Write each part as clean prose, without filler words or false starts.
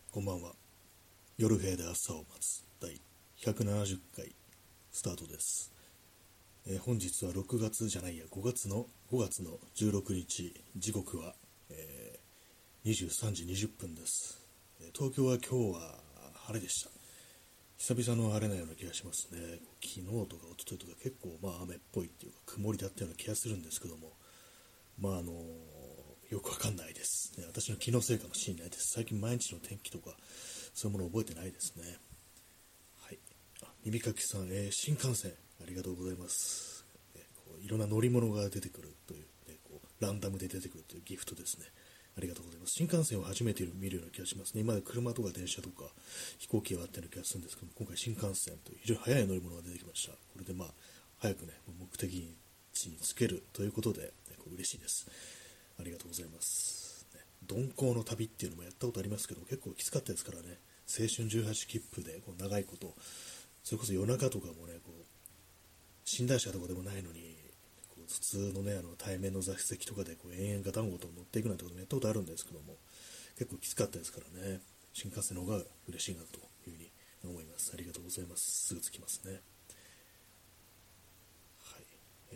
こんばんは。夜部屋で朝を待つ第170回スタートです。本日は5月の16日、時刻は、23時20分です。東京は今日は晴れでした。久々の晴れなような気がしますね。昨日とか一昨日とか結構雨っぽいっていうか曇りだったような気がするんですけども、よくわかんないです、ね。私の気のせいかもしれないです。最近毎日の天気とかそういうものを覚えてないですね。はい。耳かきさん、新幹線ありがとうございます。いろんな乗り物が出てくるという、ランダムで出てくるというギフトですね。ありがとうございます。新幹線を初めて見るような気がしますね。今まで車とか電車とか飛行機があったような気がするんですけども、今回新幹線という非常に速い乗り物が出てきました。これで早くね、目的地につけるということで、嬉しいです。ありがとうございます。鈍行の旅っていうのもやったことありますけど、結構きつかったですからね。青春18切符で長いこと、それこそ夜中とかもね、寝台車とかでもないのに、普通のね、対面の座席とかで延々ガタンゴトン乗っていくなんてこともやったことあるんですけども、結構きつかったですからね。新幹線の方が嬉しいなというふうに思います。ありがとうございます。すぐ着きますね。はい。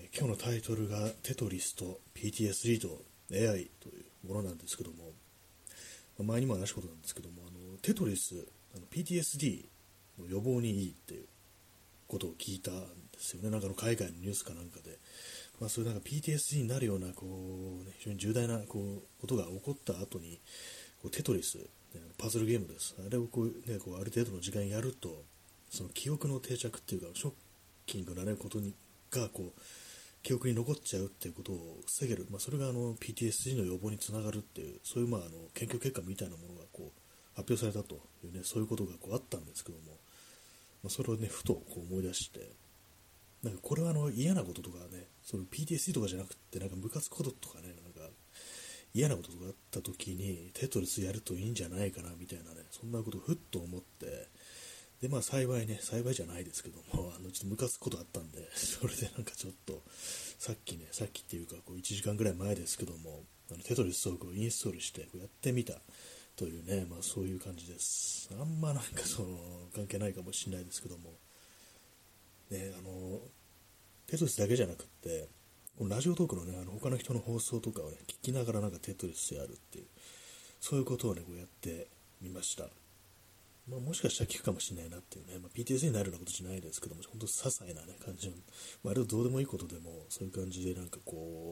今日のタイトルがテトリスと PTSD と AI というものなんですけども、前にも話したことなんですけども、テトリス、PTSD の予防にいいっていうことを聞いたんですよね。なんかの海外のニュースかなんかで、そういうなんか PTSD になるような非常に重大なことが起こった後にテトリス、パズルゲームです。あれをある程度の時間やると、その記憶の定着っていうかショッキングな、ことが記憶に残っちゃうっていうことを防げる、それがPTSD の予防につながるっていう、そういう研究結果みたいなものが発表されたというね、そういうことがあったんですけども、それをね、ふと思い出して、なんかこれは嫌なこととかね、その PTSD とかじゃなくて、なんかムカつくこととかね、なんか嫌なこととかあった時にテトリスやるといいんじゃないかなみたいなね、そんなことをふっと思って、で幸いじゃないですけども、ちょっとムカつくことあったんで、それでなんかちょっとさっきっていうか1時間ぐらい前ですけども、テトリスをインストールしてやってみたというね、そういう感じです。あんまなんか関係ないかもしれないですけども、ね、テトリスだけじゃなくって、このラジオトークのね、他の人の放送とかをね、聞きながらなんかテトリスやるっていう、そういうことをね、やってみました。もしかしたら聞くかもしれないなっていうね、PTSD になるようなことじゃないですけども、本当些細なね、感じの、あれはどうでもいいことでも、そういう感じでなんか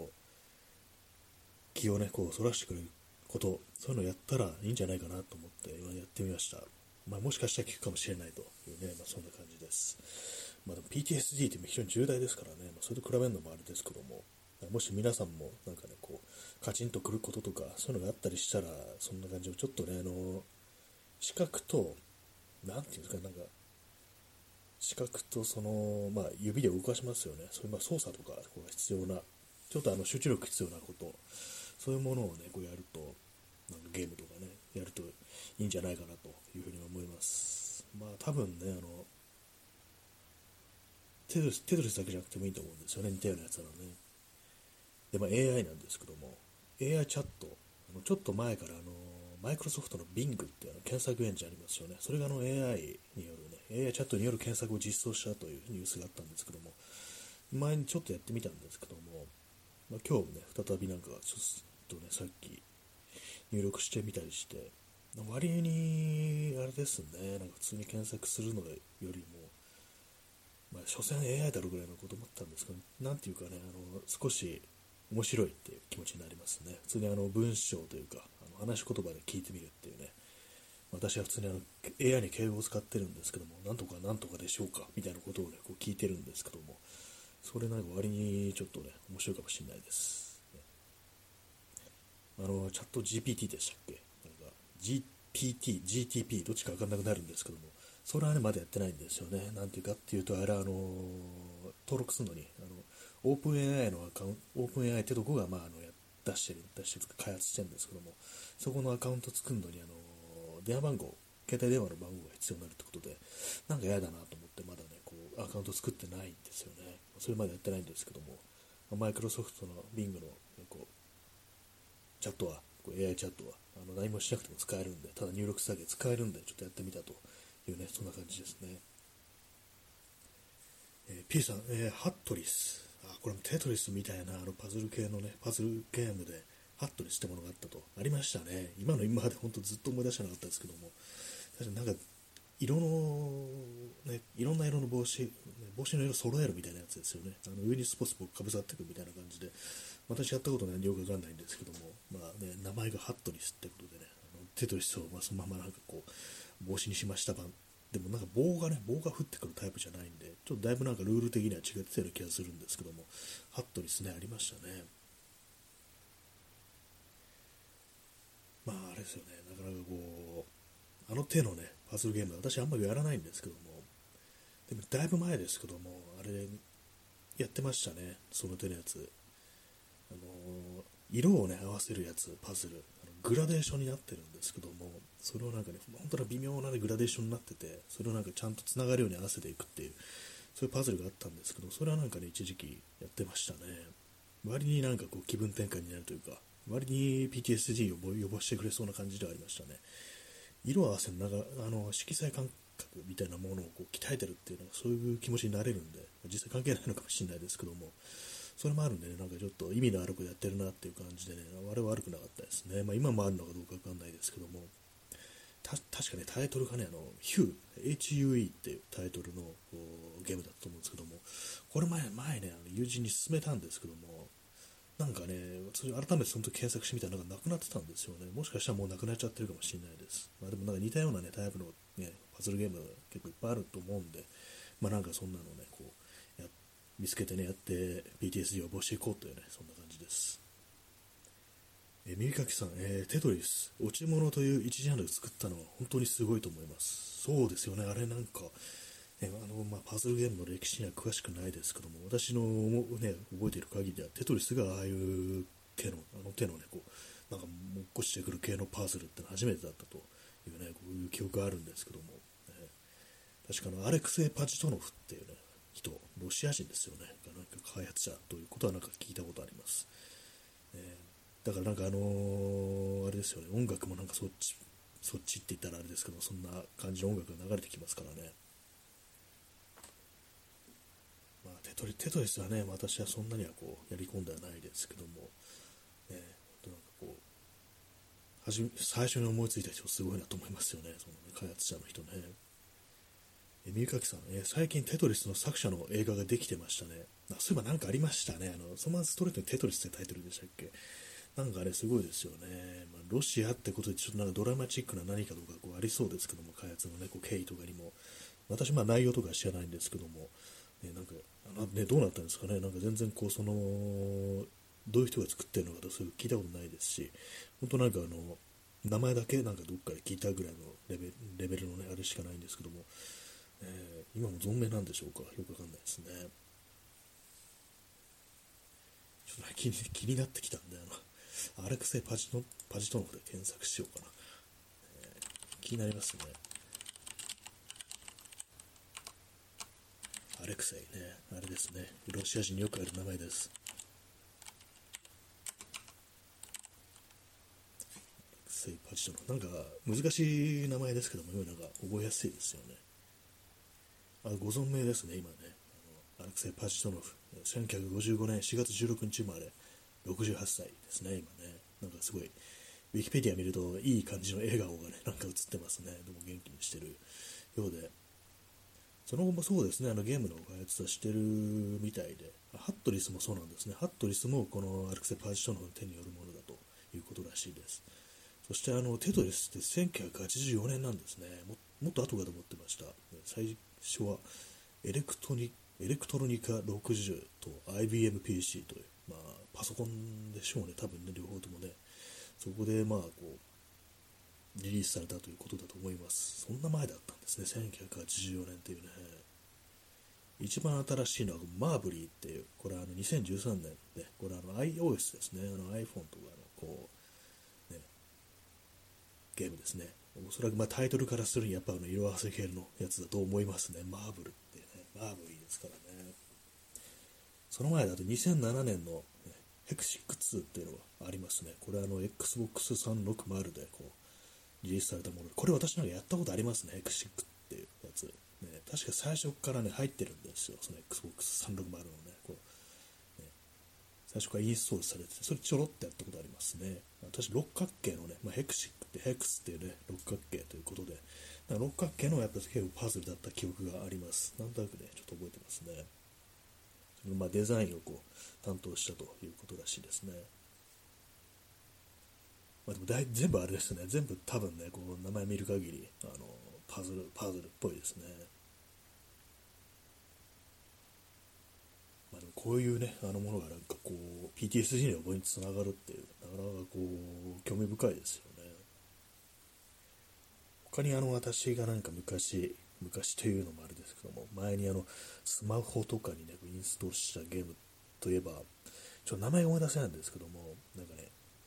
気をね、そらしてくれること、そういうのをやったらいいんじゃないかなと思って今やってみました。もしかしたら聞くかもしれないというね、そんな感じです。でも PTSD って非常に重大ですからね、それと比べるのもあれですけども、もし皆さんもなんかね、カチンとくることとか、そういうのがあったりしたら、そんな感じをちょっとね、視覚と、なんていうんですか、なんか、視覚と指で動かしますよね。そういう操作とか必要な、ちょっと集中力必要なこと、そういうものをね、やると、なんかゲームとかね、やるといいんじゃないかなというふうに思います。多分ね、テトリスだけじゃなくてもいいと思うんですよね、似たようなやつなのね。で、AI なんですけども、AI チャット、ちょっと前からマイクロソフトの Bing って検索エンジンありますよね。それがAI によるね、AI チャットによる検索を実装したというニュースがあったんですけども、前にちょっとやってみたんですけども、今日ね、再びなんかちょっとね、さっき入力してみたりして、割に、あれですね、なんか普通に検索するのよりも、所詮 AI だろうぐらいのこと思ったんですけど、なんていうかね、少し面白いっていう気持ちになりますね。普通に文章というか、話し言葉で聞いてみるっていうね、私は普通にAI に敬語を使ってるんですけども、なんとかなんとかでしょうかみたいなことをね、聞いてるんですけども、それなんか割にちょっとね、面白いかもしれないです。チャット GPT でしたっけ、なんか GPT、GTP どっちか分かんなくなるんですけども、それはね、まだやってないんですよね。なんていうかっていうと、あれは登録するのに、オープン AI のアカウント、オープン AI ってとこが、出してる、開発してるんですけども、そこのアカウント作るのに、電話番号、携帯電話の番号が必要になるってことで、なんか嫌だなと思って、まだね、アカウント作ってないんですよね。それまでやってないんですけども、マイクロソフトの Bing の、チャットはこう AI チャットは何もしなくても使えるんで、ただ入力だけ使えるんで、ちょっとやってみたというね、そんな感じですね。P さん、ハットリス。これもテトリスみたいなパズル系のね、パズルゲームでハットリスってものがあったと。ありましたね。今まで本当ずっと思い出してなかったですけども、確かになんか色の、ね、いろんな色の帽子の色揃えるみたいなやつですよね。上にスポスポかぶさっていくみたいな感じで、私やったことないんでよくわかんないんですけども、まあね、名前がハットリスってことでね、テトリスをそのままなんかこう、帽子にしました版。でもなんか棒が降ってくるタイプじゃないんで、ちょっとだいぶなんかルール的には違ってたような気がするんですけども、ハットリスね、ありましたね。まああれですよね、なかなかこう、手のね、パズルゲーム、私あんまりやらないんですけども、でもだいぶ前ですけども、あれ、やってましたね、その手のやつ。あの色をね、合わせるやつ、パズル、グラデーションになってるんですけども、それをなんかね、本当に微妙な、ね、グラデーションになってて、それをなんかちゃんとつながるように合わせていくっていう、そういうパズルがあったんですけど、それはなんかね、一時期やってましたね。割になんかこう気分転換になるというか、割に PTSD を予防してくれそうな感じではありましたね。色合わせのなんか色彩感覚みたいなものをこう鍛えてるっていうのはそういう気持ちになれるんで、実際関係ないのかもしれないですけども、それもあるんでね、なんかちょっと意味のあることやってるなっていう感じでね、我々悪くなかったですね。まあ今もあるのかどうかわかんないですけども、確かね、タイトルがね、HUE っていうタイトルのゲームだったと思うんですけども、これ前ね、友人に勧めたんですけども、なんかね、それ改めてその時検索してみたらなんかなくなってたんですよね。もしかしたらもうなくなっちゃってるかもしれないです。まあでもなんか似たようなね、タイプのね、パズルゲーム結構いっぱいあると思うんで、まあなんかそんなのね、こう、見つけてね、やって PTSD を防止していこうというね、そんな感じです。耳かきさん、テトリス、落ち物という一ジャンルを作ったのは本当にすごいと思います。そうですよね、あれなんか、パズルゲームの歴史には詳しくないですけども、私の、ね、覚えている限りでは、テトリスがああいう系の、手のね、こう、なんか、もっこしてくる系のパズルってのは初めてだったというね、こういう記憶があるんですけども、確かアレクセイ・パジトノフっていうね、人、ロシア人ですよね、がなんか開発者ということはなんか聞いたことあります。だからなんかあれですよね、音楽もなんかそっちって言ったらあれですけど、そんな感じの音楽が流れてきますからね。まあ、テトリスはね、私はそんなにはこうやり込んではないですけども、なんかこう最初に思いついた人すごいなと思いますよね、そのね開発者の人ね。三垣さん、最近テトリスの作者の映画ができてましたね。そういえばなんかありましたね。そのままストレートにテトリスってタイトルでしたっけ。なんかあれすごいですよね。まあ、ロシアってことでちょっとなんかドラマチックな何かとかこうありそうですけども、開発のね、こう経緯とかにも。私まあ内容とか知らないんですけども、なんかどうなったんですかね。なんか全然こうどういう人が作ってるのかとそういう聞いたことないですし、本当なんか名前だけなんかどっかで聞いたぐらいのレベルのね、あれしかないんですけども、今も存命なんでしょうか、よくわかんないですね。ちょっと気になってきたんで、アレクセイパジトノフで検索しようかな。気になりますね。アレクセイね、あれですね。ロシア人によくある名前です。アレクセイパジトノフ。なんか難しい名前ですけども、なんか覚えやすいですよね。ご存命ですね、今ね。アレクセイ・パジトノフ。1955年4月16日生まれ、68歳ですね、今ね。なんかすごい、ウィキペディア見るといい感じの笑顔がね、なんか映ってますね。でも元気にしてるようで。その後もそうですね、ゲームの開発はしてるみたいで、ハットリスもそうなんですね。ハットリスもこのアレクセイ・パジトノフの手によるものだということらしいです。そしてテトリスって1984年なんですね。もっと後かと思ってました。最初はエレクトロニカ60と IBM-PC という、まあ、パソコンでしょうね、多分ね、両方ともね。そこでまあこうリリースされたということだと思います。そんな前だったんですね、1984年っていうね。一番新しいのはマーブリーっていう、これは2013年で、これはiOS ですね、iPhone とかこう、ね、ゲームですね。おそらくまあタイトルからするにやっぱ色あせ系のやつだと思いますね。マーブルってね、マーブリーですからね。その前だと2007年の、ね、 ヘクシック2っていうのがありますね。これXbox 360でこうリリースされたもので、これ私なんかやったことありますね、ヘクシックっていうやつ。ね、確か最初からね、入ってるんですよ、その Xbox 360のね、こう、ね、最初からインストールされてて、それちょろってやったことありますね。私、六角形のね、ヘクシックってヘクスっていうね、六角形ということで、六角形のやっぱ結構パズルだった記憶があります。なんとなくね、ちょっと覚えてますね。デザインをこう担当したということらしいですね。でも全部あれですね、全部多分ね、こう名前見る限りパズルっぽいですね。でもこういうね、ものがなんかこう PTSD の予防につながるっていう、なかなかこう興味深いですよね。他に私がなんか昔というのもあれですけども、前にスマホとかにね、インストールしたゲームといえば、ちょっと名前が思い出せないんですけども、なんかね、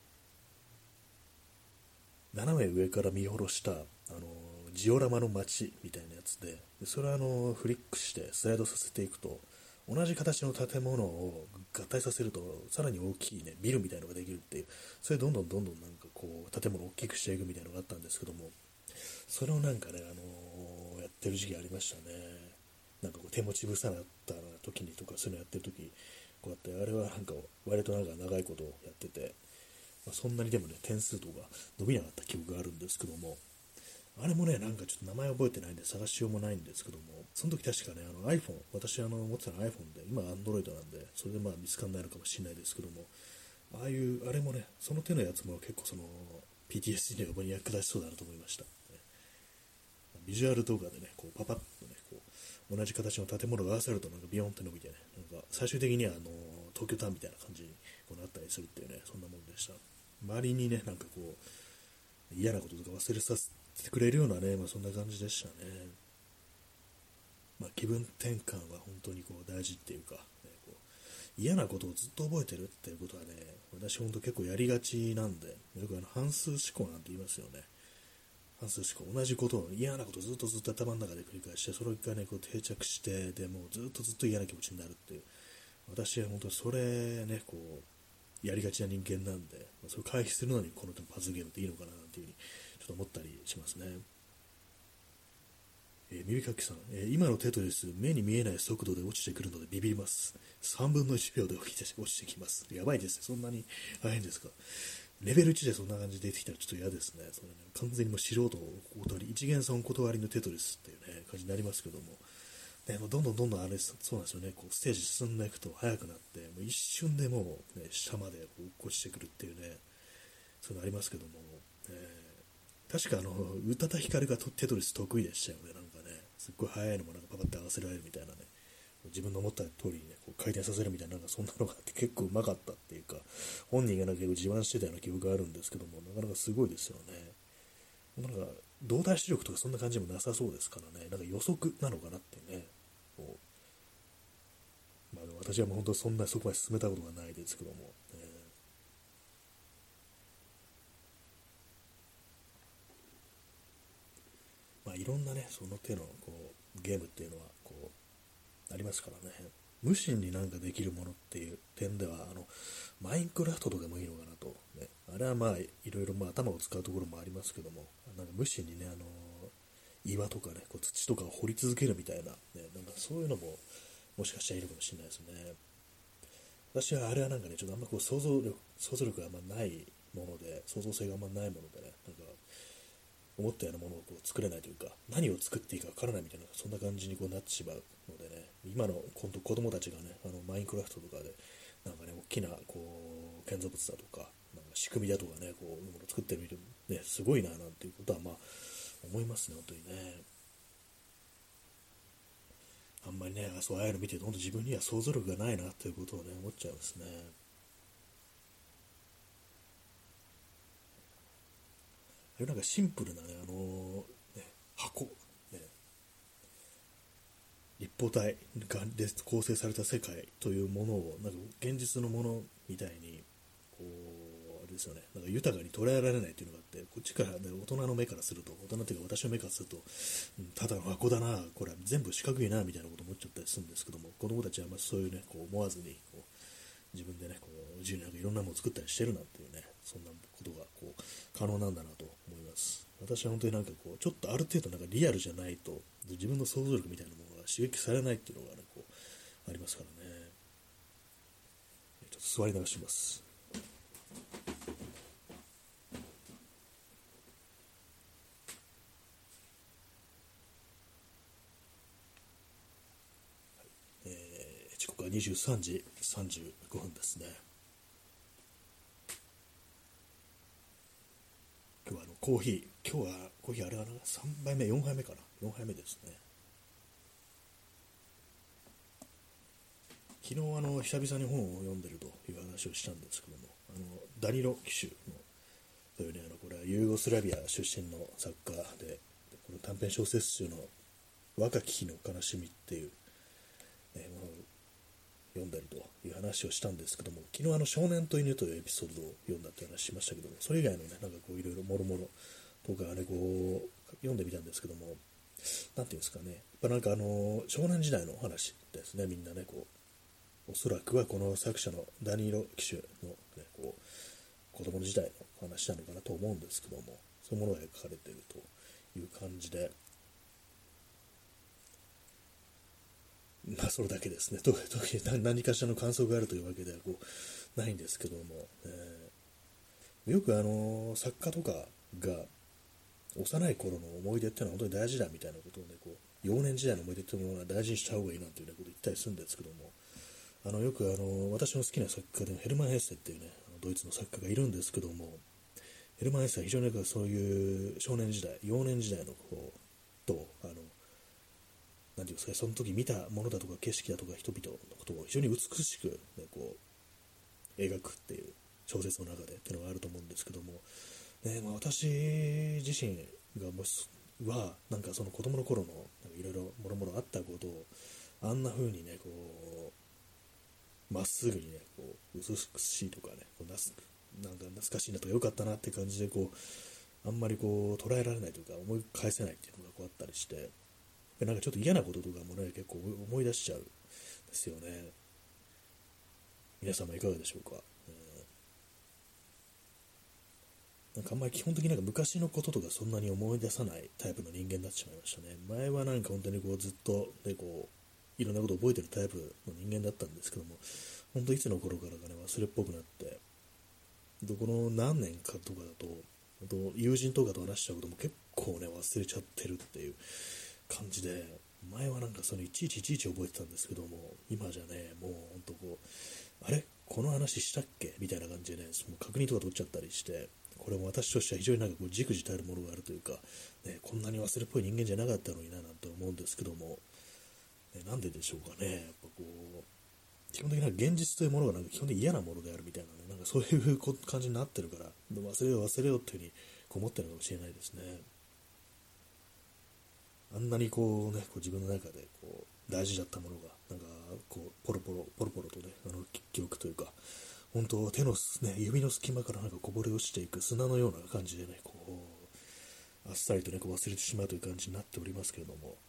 斜め上から見下ろしたジオラマの街みたいなやつで、それはフリックしてスライドさせていくと、同じ形の建物を合体させるとさらに大きいねビルみたいなのができるっていう、それどんどんなんかこう建物を大きくしていくみたいなのがあったんですけども、それをなんかね、やってる時期ありましたね。なんかこう手持ち無沙汰だった時にとか、そういうのやってる時こうやって、あれはなんか割となんか長いことやってて、そんなにでもね点数とか伸びなかった記憶があるんですけども、あれもね、なんかちょっと名前覚えてないんで探しようもないんですけども、その時確かね、iPhone、私持ってたの iPhone で、今 Android なんで、それで見つかんないのかもしれないですけども、あれもね、その手のやつも結構PTSD の予防に役立ちそうだなと思いました。ビジュアル動画でね、こうパパッとね、こう同じ形の建物が合わせるとなんかビヨンって伸びてね、なんか最終的には東京タワーみたいな感じにこうなったりするっていうね、そんなもんでした。周りにね、なんかこう嫌なこととか忘れさせてくれるようなね、そんな感じでしたね。気分転換は本当にこう大事っていうか、ね、こう嫌なことをずっと覚えてるっていうことはね、私本当結構やりがちなんで、よく反数思考なんて言いますよね。反数思考、同じことを嫌なことをずっと頭の中で繰り返して、それがねこう定着して、でもうずっと嫌な気持ちになるっていう、私は本当にそれね、こうやりがちな人間なんで、それを回避するのにこのパズルゲームっていいのかななんていうふうにちょっと思ったりしますね。耳かきさん、今のテトリス、目に見えない速度で落ちてくるのでビビります。3分の1秒で落ちてきます。やばいですね。そんなに大変ですか。レベル1でそんな感じで出てきたらちょっと嫌ですね。それね、完全にもう素人をお断り、一元さんお断りのテトリスっていうね、感じになりますけども、ね、もうどんどんあれ、そうなんですよね、こうステージ進んでいくと速くなって、もう一瞬でもう、ね、下まで落っこちてくるっていうね、そういうのありますけども、確か宇多田ヒカルがテトリス得意でしたよね、なんかね、すっごい速いのもなんかパパって合わせられるみたいなね、自分の思った通りにね、こう回転させるみたいな、なんかそんなのがあって結構うまかったっていうか、本人がなんか結構自慢してたような記憶があるんですけども、なかなかすごいですよね。なんか、動体視力とかそんな感じもなさそうですからね、なんか予測なのかなってね、こ私はもう本当そこまで進めたことがないですけども、いろんなね、その手のこうゲームっていうのはこうありますからね、無心になんかできるものっていう点では、マインクラフトとかもいいのかなと、ね、あれはいろいろ頭を使うところもありますけども、なんか無心にね、岩とかね、こう土とかを掘り続けるみたいな、ね、なんかそういうのももしかしたらいるかもしれないですね。私はあれはなんかね、ちょっとあんまこう想像力があんまないもので、創造性があんまないものでね、なんか思ったようなものをこう作れないというか、何を作っていいかわからないみたいな、そんな感じにこうなってしまうのでね、今の子供たちがね、マインクラフトとかで、なんかね、大きなこう建造物だとか、なんか仕組みだとかね、こういうものを作ってみる、ね、すごいな、なんていうことは思いますね、本当にね。あんまりね、そうああいうの見てると、本当自分には想像力がないなということをね、思っちゃいますね。あれなんかシンプルなね、ね箱、ね、立方体がで構成された世界というものを、なんか現実のものみたいに、こう、あれですよね、なんか豊かに捉えられないというのがあって、こっちから、ね、大人の目からすると、大人というか私の目からすると、ただの箱だな、これは全部四角いな、みたいなこと思っちゃったりするんですけども、子供たちはそういうね、こう思わずに、こ自分でね、こう自由になんかいろんなものを作ったりしてるなんていうね、そんなことがこう可能なんだなと思います。私は本当になんかこう、ちょっとある程度なんかリアルじゃないと、自分の想像力みたいなものが刺激されないっていうのがね、こう、ありますからね。ちょっと座り流します。時刻は23時35分ですね。今日はコーヒーあれはな、3杯目、4杯目かな、4杯目ですね。昨日久々に本を読んでるという話をしたんですけども、ダニロ・騎手のというね、これはユーゴスラビア出身の作家で、この短編小説集の若き日の悲しみっていう、ものを読んでるという話をしたんですけども、昨日少年と犬というエピソードを読んだって話しましたけども、それ以外のね、なんかこういろいろもろもろとかね、こう読んでみたんですけども、なんていうんですかね、やっぱなんか少年時代の話ですね、みんなね、こう、おそらくはこの作者のダニーロ騎手の、ね、こう子供時代の話なのかなと思うんですけども、そういうものが描かれているという感じで、まあそれだけですね。特に何かしらの感想があるというわけではこうないんですけども、よく作家とかが幼い頃の思い出っていうのは本当に大事だみたいなことをね、こう幼年時代の思い出っていうものは大事にした方がいいなんていう、ね、ことを言ったりするんですけども、よく私の好きな作家でヘルマン・ヘッセっていうね、ドイツの作家がいるんですけども、ヘルマン・ヘッセは非常にそういう少年時代、幼年時代のこうとなんていうんですか、その時見たものだとか景色だとか人々のことを非常に美しく、ね、こう描くっていう小説の中でっていうのがあると思うんですけども、私自身がはなんかその子供の頃のいろいろもろもろあったことをあんな風にね、こうまっすぐにね、こう美しいとかね、こうなんか懐かしいなとか良かったなって感じでこうあんまりこう捉えられないというか思い返せないっていうのがこうあったりして、なんかちょっと嫌なこととかもね、結構思い出しちゃうんですよね。皆様いかがでしょうか。なんかあんまり基本的になんか昔のこととかそんなに思い出さないタイプの人間になってしまいましたね。前はなんか本当にこうずっと、ね、こういろんなことを覚えてるタイプの人間だったんですけども、本当いつの頃からかね、忘れっぽくなって、この何年かとかだと、友人とかと話したことも結構ね、忘れちゃってるっていう感じで、前はなんかそのいちいち覚えてたんですけども、今じゃね、もう本当こう、あれこの話したっけみたいな感じでね、もう確認とか取っちゃったりして、これも私としては非常になんかこうじくじたるものがあるというか、ね、こんなに忘れっぽい人間じゃなかったのにななんて思うんですけども、なんででしょうかね。やっぱこう基本的には現実というものがなんか基本的に嫌なものであるみたいなね、なんかそういう感じになってるから、忘れようっていうふうに思ってるのかもしれないですね。あんなにこうね、こう自分の中でこう大事だったものが、なんかこうポロポロとね、記憶というか、本当手の、ね、指の隙間からなんかこぼれ落ちていく砂のような感じでね、こうあっさりとね、こう忘れてしまうという感じになっておりますけれども、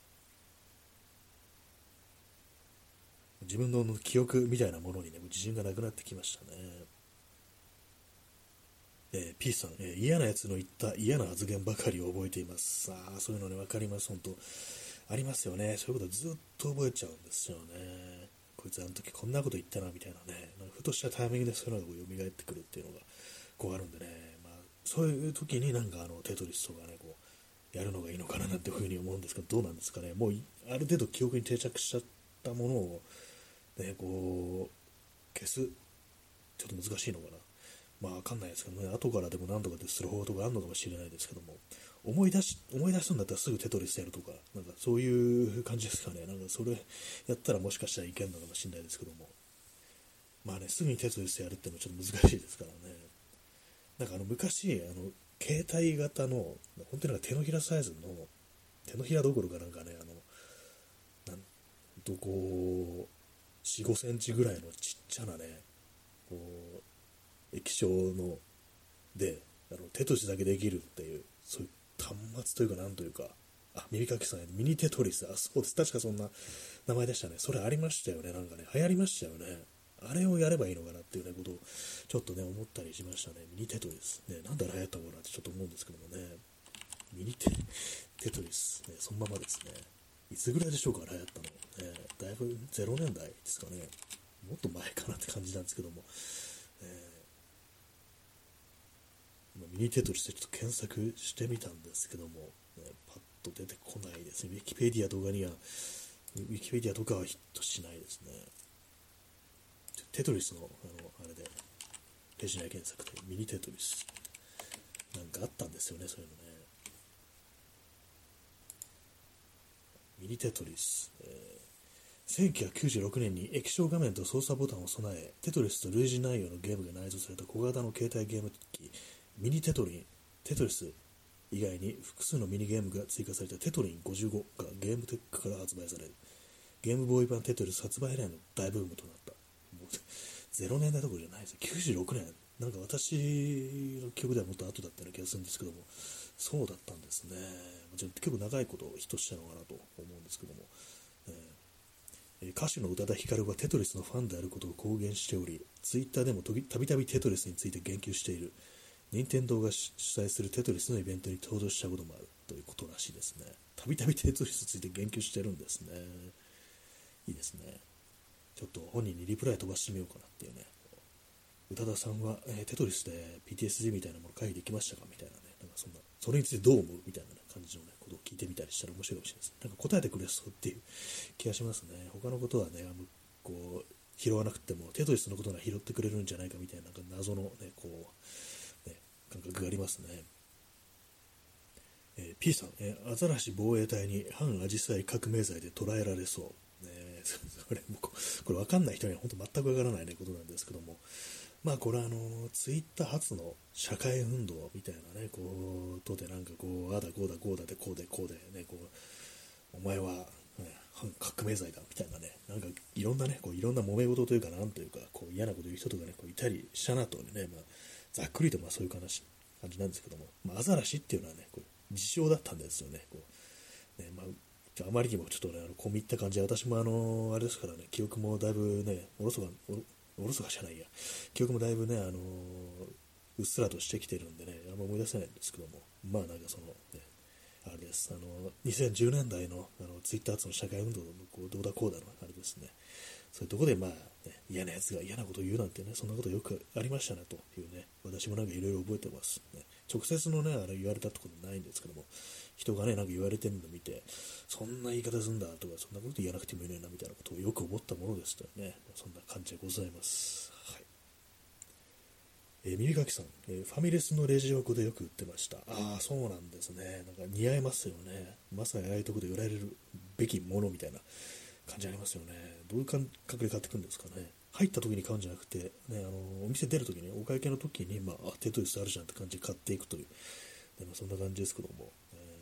自分の記憶みたいなものにね、自信がなくなってきましたね。P さん、嫌なやつの言った嫌な発言ばかりを覚えています。そういうのね、わかります。本当ありますよね。そういうことずっと覚えちゃうんですよね。こいつあの時こんなこと言ったなみたいなね、なんかふとしたタイミングでそういうのが蘇ってくるっていうのがこうあるんでね、そういう時になんかテトリスとかね、こうやるのがいいのかななんていうふうに思うんですけど、どうなんですかね。もうある程度記憶に定着しちゃったものをね、こう消す、ちょっと難しいのかな。わかんないですけどね、後からでも何とかでする方法があるのかもしれないですけども、思い出すんだったらすぐテトリスやるとか、なんかそういう感じですかね。なんかそれやったらもしかしたらいけるのかもしれないですけども、すぐにテトリスやるっていうのはちょっと難しいですからね。なんか昔、携帯型の、本当になんか手のひらサイズの、手のひらどころかなんかね、なんとこう、4、5センチぐらいのちっちゃなね、こう、液晶のでテトリスだけできるっていう、そういう端末というかなんというか、耳かきさん、ミニテトリス、そうです、確かそんな名前でしたね。それありましたよね。なんかね、流行りましたよね。 あれをやればいいのかなっていうね、ことをちょっとね、思ったりしましたね。ミニテトリス。ね、なんで流行ったのかなってちょっと思うんですけどもね。ミニテトリス、ね、そのままですね。いつぐらいでしょうか、流行ったの。だいぶ0年代ですかね。もっと前かなって感じなんですけども。ミニテトリスでちょっと検索してみたんですけども、パッと出てこないですね。ウィキペディアとかには、ウィキペディアとかはヒットしないですね。テトリスの、あれで、ページ内検索でミニテトリス。なんかあったんですよね、そういうのね。ミニテトリス。1996年に液晶画面と操作ボタンを備え、テトリスと類似内容のゲームが内蔵された小型の携帯ゲーム機、ミニテトリス以外に複数のミニゲームが追加されたテトリン55がゲームテックから発売される。ゲームボーイ版テトリス発売以来の大ブームとなった。もう0年代どころじゃないですよ。96年。なんか私の記憶ではもっと後だったような気がするんですけども、そうだったんですね。結構長いことヒットしたのかなと思うんですけども。歌手の宇多田ヒカルはテトリスのファンであることを公言しており、ツイッターでもたびたびテトリスについて言及している。任天堂が主催するテトリスのイベントに登場したこともあるということらしいですね。たびたびテトリスについて言及してるんですね。いいですね。ちょっと本人にリプライ飛ばしてみようかなっていうね。宇多田さんは、テトリスで PTSD みたいなもの回避できましたかみたいなね。なんかそれについてどう思うみたいな、ね、感じの、ね、ことを聞いてみたりしたら面白いかもしれないです。なんか答えてくれそうっていう気がしますね。他のことはね、こう、拾わなくても、テトリスのことが拾ってくれるんじゃないかみたいな、なんか謎のね、こう、ね、感覚がありますね。P さん、アザラシ防衛隊に反アジサイ革命罪で捕らえられそう。それもこれ分かんない人には本当全く分からない、ね、ことなんですけども、まあこれはツイッター発の社会運動みたいなね、ことでなんかこう、あだこうだこうだでこうでこうでね、こう、お前は、反革命罪だみたいなね、なんかいろんなね、こういろんな揉め事というかなんというか、こう嫌なこと言う人とかね、こういたりしたなとね、まあ、ざっくりとまあそういう感じなんですけども、まあ、アザラシっていうのはね、こう自称だったんですよね。こうね、まああまりにもちょっとね、込み入った感じで、私もあれですからね、記憶もだいぶね、おろそかじゃないや、記憶もだいぶね、うっすらとしてきてるんでね、あんま思い出せないんですけども、まあなんかね、あれです、2010年代の、ツイッター発の社会運動のこうどうだこうだのあれですね、そういうところでまあ、ね、嫌なやつが嫌なことを言うなんてね、そんなことよくありましたねというね、私もなんかいろいろ覚えてます、ね。直接のね、あれ言われたってことないんですけども、人がね、なんか言われてるのを見て、そんな言い方すんだとか、そんなこと言わなくてもいいのになみたいなことをよく思ったものですとね、そんな感じでございます。はい。耳かきさん、ファミレスのレジ横でよく売ってました。ああ、そうなんですね。なんか似合いますよね。まさにああいうところで売られるべきものみたいな感じありますよね。どういう感覚で買ってくるんですかね。入った時に買うんじゃなくて、ね、お店出る時に、お会計の時に、まあ、テトリスあるじゃんって感じで買っていくという、でもそんな感じですけども。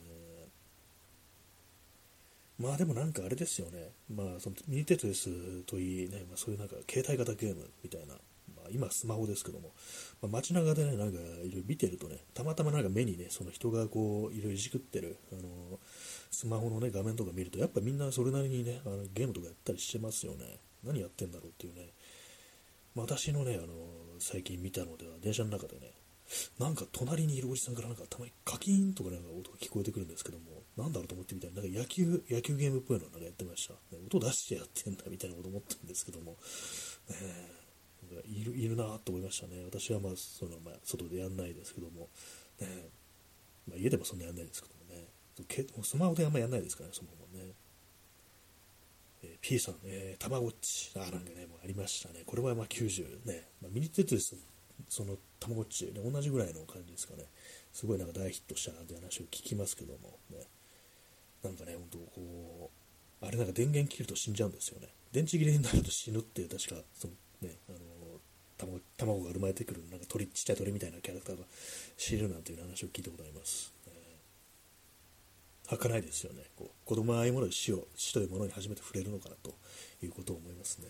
まあでもなんかあれですよね。まあそのミニテトリスといいね、まあ、そういうなんか携帯型ゲームみたいな、まあ、今スマホですけども、まあ、街中でね、なんかいろいろ見てるとね、たまたまなんか目にね、その人がこういろいろいじくってる、スマホのね、画面とか見ると、やっぱみんなそれなりにね、ゲームとかやったりしてますよね。何やってんだろうっていうね。まあ、私のね、最近見たのでは、電車の中でね、なんか隣にいるおじさんからなんかたまにカキーンとかなんか音が聞こえてくるんですけども、なんだろうと思ってみたら、なんか野球ゲームっぽいのをなんかやってました。ね、音出してやってんだみたいなこと思ったんですけども、なんかいるなと思いましたね。私はまあ、まあ、外でやんないですけども、ね、まあ、家でもそんなやんないですけどもね、スマホであんまやんないですからね、そもそもね。P さん、たまごっち、なんかね、もうありましたね。これはまあ90ね、まあ、ミニテトリス、そのたまごっち、ね、同じぐらいの感じですかね。すごいなんか大ヒットしたなんて話を聞きますけども、ね、なんかね、本当こう、あれなんか電源切ると死んじゃうんですよね。電池切れになると死ぬって確か、ね、卵が生まれてくる、なんかちっちゃい鳥みたいなキャラクターが死ぬなんていう話を聞いたことあります。儚いですよね。こう子供はああいうもので死というものに初めて触れるのかなということを思いますね。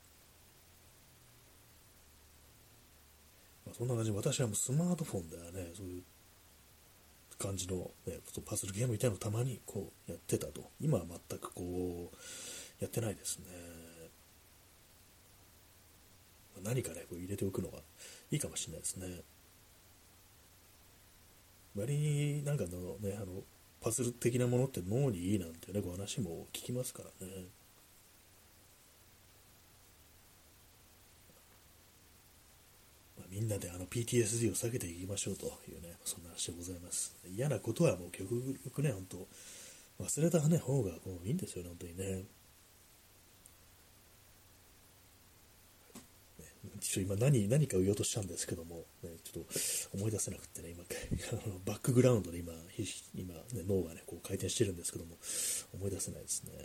まあ、そんな感じで私はもうスマートフォンではね、そういう感じの、ね、パズルゲームみたいなのをたまにこうやってたと。今は全くこうやってないですね。 何かね、こう入れておくのがいいかもしれないですね。割になんかのね、パズル的なものって脳にいいなんてね、こう話も聞きますからね。みんなでPTSD を避けていきましょうというね、そんな話でございます。嫌なことはもう極力ね、本当忘れた、ね、方がこういいんですよね、本当にね。今何か言おうとしたんですけども、ね、ちょっと思い出せなくてね、今、バックグラウンドで今、ね、脳がね、こう回転してるんですけども、思い出せないですね。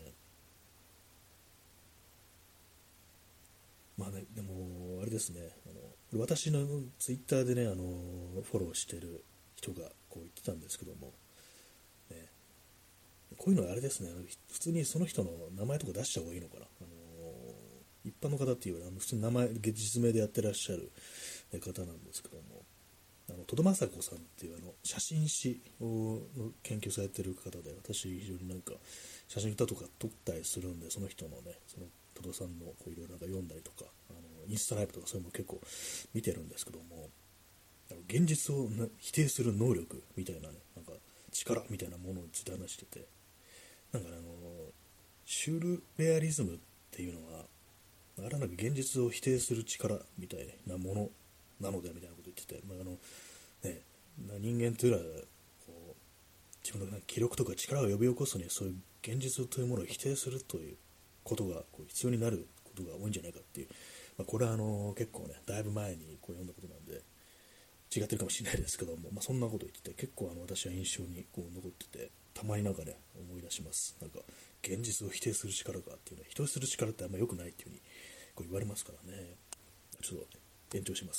まあね、でも、あれですね、私のツイッターでね、フォローしてる人がこう言ってたんですけども、ね、こういうのはあれですね、普通にその人の名前とか出した方がいいのかな。一般の方っていうより普通に名前、実名でやってらっしゃる方なんですけども、戸田雅子さんっていう写真誌の研究されてる方で、私非常になんか写真歌とか撮ったりするんで、その人のね、その戸田さんのこういろいろなんか読んだりとか、インスタライブとかそういうのも結構見てるんですけども、現実を否定する能力みたいなね、なんか力みたいなものについて話してて、なんかシュールレアリズムっていうのは、あれはなんか現実を否定する力みたいなものなのでみたいなこと言ってて、ね、人間というのはこう自分の記録とか力を呼び起こすのにそういう現実というものを否定するということがこう必要になることが多いんじゃないかっていう、これは結構ねだいぶ前にこう読んだことなんで違ってるかもしれないですけども、そんなこと言ってて結構私は印象にこう残ってて、たまになんかね思い出します。なんか現実を否定する力がっていうのは、否定する力ってあんま良くないっていう風にこう言われますからね。ちょっと延長します。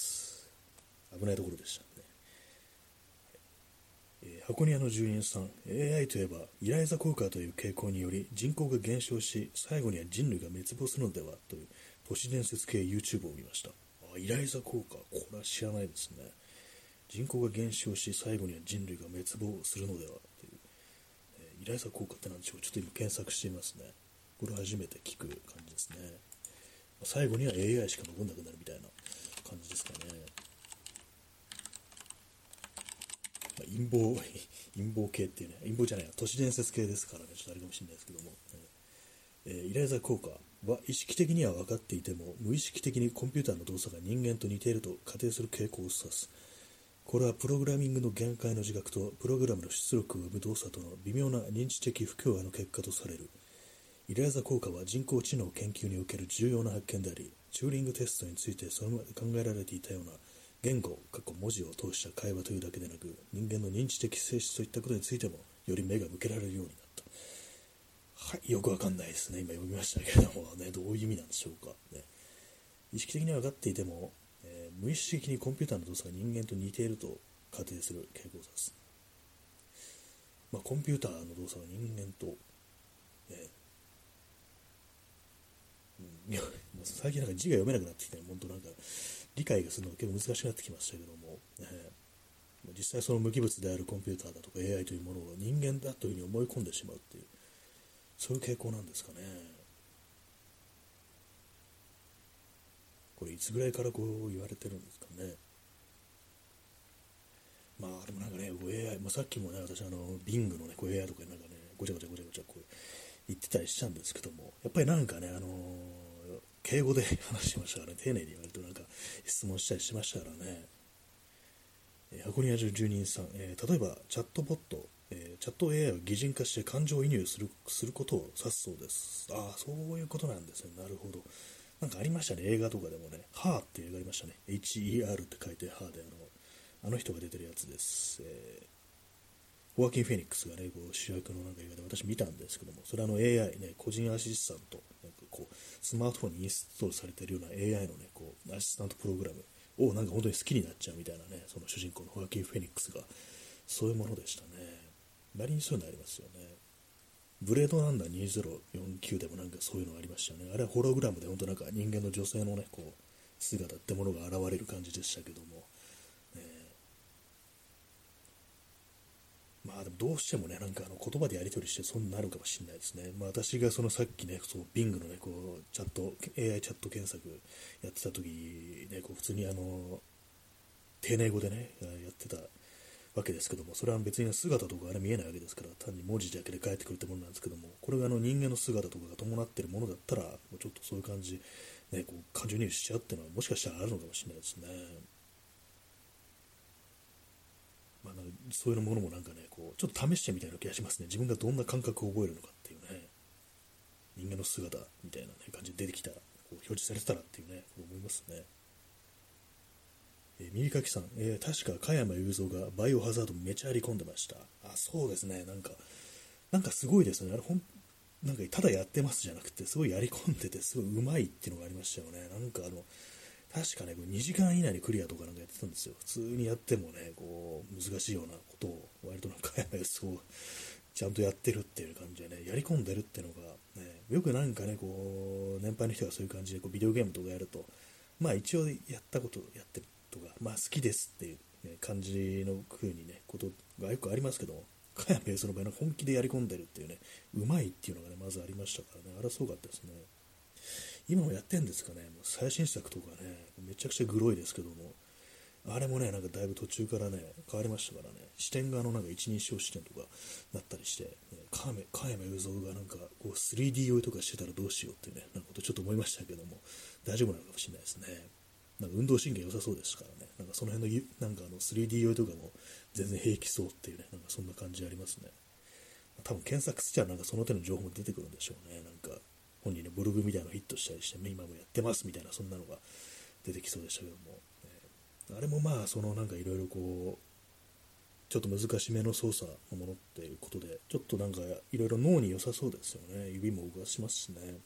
危ないところでしたね。箱庭の住人さん、 AI といえばイライザ効果という傾向により人口が減少し最後には人類が滅亡するのではという都市伝説系 YouTube を見ました。イライザ効果、これは知らないですね。人口が減少し最後には人類が滅亡するのではという、イライザ効果って何でしょう。ちょっと今検索していますね。これ初めて聞く感じですね。最後には AI しか残んなくなるみたいな感じですかね。陰謀陰謀系っていうね、陰謀じゃないな、都市伝説系ですからね、ちょっとあれかもしれないですけども、イライザ効果は意識的には分かっていても無意識的にコンピューターの動作が人間と似ていると仮定する傾向を指す。これはプログラミングの限界の自覚とプログラムの出力を生む動作との微妙な認知的不協和の結果とされる。イライザ効果は人工知能研究における重要な発見であり、チューリングテストについてそれまで考えられていたような言語、文字を通した会話というだけでなく、人間の認知的性質といったことについてもより目が向けられるようになった。はい、よくわかんないですね。今読みましたけどもね、どういう意味なんでしょうか。ね、意識的には分かっていても、無意識的にコンピューターの動作が人間と似ていると仮定する傾向を指す。コンピューターの動作が人間と、いや最近なんか字が読めなくなってきて、本当なんか理解がするのが結構難しくなってきましたけども、実際その無機物であるコンピューターだとか AI というものを人間だというふうに思い込んでしまうっていう、そういう傾向なんですかね。これいつぐらいからこう言われてるんですかね。でもなんかね、AI、さっきもね、私Bing のね、AI とかなんかね、ごちゃごちゃこう言ってたりしたんですけども、やっぱりなんかね、敬語で話してましたからね、丁寧に言われてなんか質問したりしましたからね。箱庭住人さん、例えばチャットボット、チャット AI を擬人化して感情移入することを指すそうです。そういうことなんですね。なるほど。なんかありましたね、映画とかでもね、ハーっていう映画ありましたね。HER って書いてハーであの人が出てるやつです。ホアキン・フェニックスがね、こう主役のなんか映画で私見たんですけども、それAI ね、個人アシスタント、なんかこうスマートフォンにインストールされているような AI のね、こうアシスタントプログラムをなんか本当に好きになっちゃうみたいなね、その主人公のホアキン・フェニックスがそういうものでしたね。割にそういうのありますよね。ブレードランナー2049でもなんかそういうのありましたよね。あれはホログラムで本当なんか人間の女性のね、こう姿ってものが現れる感じでしたけども、 まあでもどうしてもね、なんか言葉でやり取りしてそうなるかもしれないですね。まあ私がそのさっきね、そう Bing のね、こう、AI チャット検索やってた時ね、こう普通に丁寧語でね、やってたわけですけども、それは別に姿とかあれ見えないわけですから、単に文字だけで返ってくるってものなんですけども、これが人間の姿とかが伴っているものだったら、もうちょっとそういう感じ、ね、こう感情移入しちゃうっていうのはもしかしたらあるのかもしれないですね。まあ、なんかそういうものもなんかね、こうちょっと試してみたいな気がしますね。自分がどんな感覚を覚えるのかっていうね、人間の姿みたいな、ね、感じで出てきたら、こう表示されてたらっていうね、思いますね。耳かきさん、確か加山雄三がバイオハザードめちゃやり込んでました。あ、そうですね、なんかすごいですね。なんかただやってますじゃなくて、すごいやり込んでて、すごい上手いっていうのがありましたよね。なんか確かね、2時間以内にクリアとかなんかやってたんですよ。普通にやってもね、こう、難しいようなことを、割となんかそう、ちゃんとやってるっていう感じでね、やり込んでるっていうのが、ね、よくなんかね、こう、年配の人がそういう感じで、こう、ビデオゲームとかやると、まあ一応やったことやってるとか、まあ好きですっていう、ね、感じの風にね、ことがよくありますけども、加山ベースの場合は本気でやり込んでるっていうね、うまいっていうのがね、まずありましたからね、あれはすごかったですね。今もやってんですかね、もう最新作とかね、めちゃくちゃグロいですけども、あれもね、なんかだいぶ途中からね、変わりましたからね、視点がなんか一人称視点とかなったりして、ね、加山雄三がなんかこう 3D 酔いとかしてたらどうしようっていうね、なんかことちょっと思いましたけども、大丈夫なのかもしれないですね。なんか運動神経良さそうですからね、なんかその辺のなんか3D 酔いとかも全然平気そうっていうね、なんかそんな感じありますね。多分検索したらなんかその手の情報も出てくるんでしょうね。なんか本人のブログみたいなのヒットしたりして、今もやってますみたいなそんなのが出てきそうでしたけども、あれもまあそのなんかいろいろこうちょっと難しめの操作のものっていうことでちょっとなんかいろいろ脳に良さそうですよね。指も動かしますしね。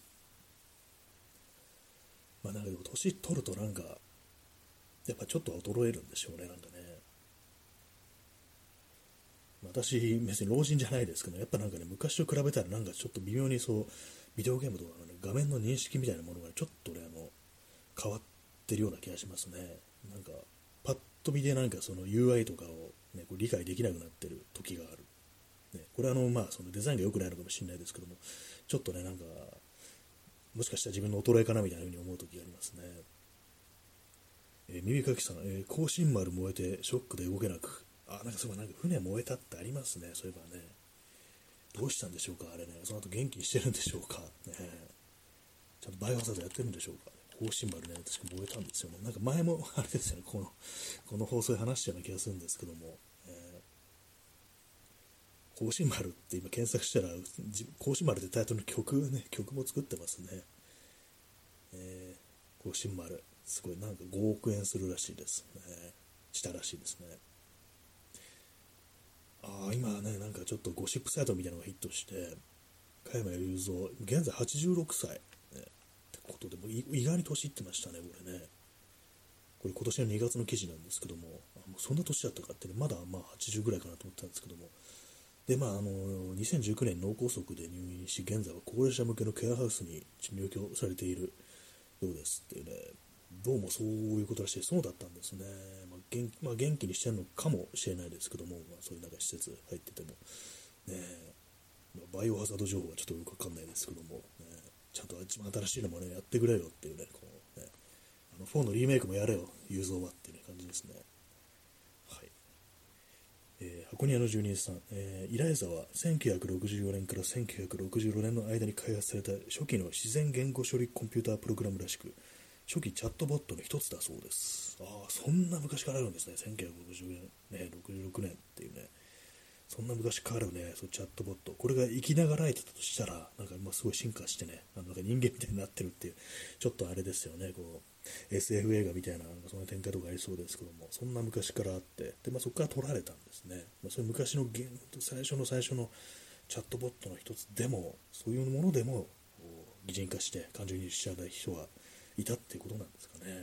まあなんかでも年取るとなんかやっぱちょっと衰えるんでしょうね。なんかね、私別に老人じゃないですけど、やっぱなんかね、昔と比べたらなんかちょっと微妙にそうビデオゲームとかの、ね、画面の認識みたいなものがちょっとね変わってるような気がしますね。なんかパッと見でなんかその UI とかを、ね、こう理解できなくなってる時がある、ね、これはまあそのデザインが良くないのかもしれないですけども、ちょっとねなんかもしかしたら自分の衰えかなみたいな風に思う時がありますね。耳かきさん、甲信丸燃えてショックで動けなく、なんかそういえばなんか船燃えたってありますね。そういえばね、どうしたんでしょうかあれね。その後元気にしてるんでしょうかね。ちゃんとバイオハザードやってるんでしょうか。甲信丸ね、確か燃えたんですよね。なんか前もあれですよね、この放送で話したような気がするんですけども、甲信丸って今検索したら、甲信丸ってタイトルの曲も作ってますね。甲信丸、すごいなんか5億円するらしいですね。したらしいですね。今ね、なんかちょっとゴシップサイトみたいなのがヒットして、加山雄三、現在86歳、ね、ってことで、も意外に年いってましたね、これね。これ今年の2月の記事なんですけども、もうそんな年だったかって、ね、まだまあ80ぐらいかなと思ったんですけども、で、2019年に脳梗塞で入院し、現在は高齢者向けのケアハウスに入居されているようですっていうね、どうもそういうことらしい。そうだったんですね。元気にしてるのかもしれないですけども、そういうなんか施設入ってても、ね、バイオハザード情報はちょっとよくわかんないですけども、ね、ちゃんと一番新しいのもね、やってくれよっていうね、4のリメイクもやれよ、雄三はっていう、ね、感じですね。はい。箱庭の住人さん、イライザは1964年から1966年の間に開発された初期の自然言語処理コンピュータープログラムらしく、初期チャットボットの一つだそうです。そんな昔からあるんですね。1960年、ね、66年っていうね。そんな昔からあるね、そうチャットボット。これが生きながらえてたとしたら、なんかすごい進化してね、なんか人間みたいになってるっていう、ちょっとあれですよね、SF 映画みたいな、そんな展開とかありそうですけども、そんな昔からあって、で、そこから取られたんですね。そういう昔の最初のチャットボットの一つでも、そういうものでも、擬人化して感情移入しちゃう人はいたっていうことなんですかね。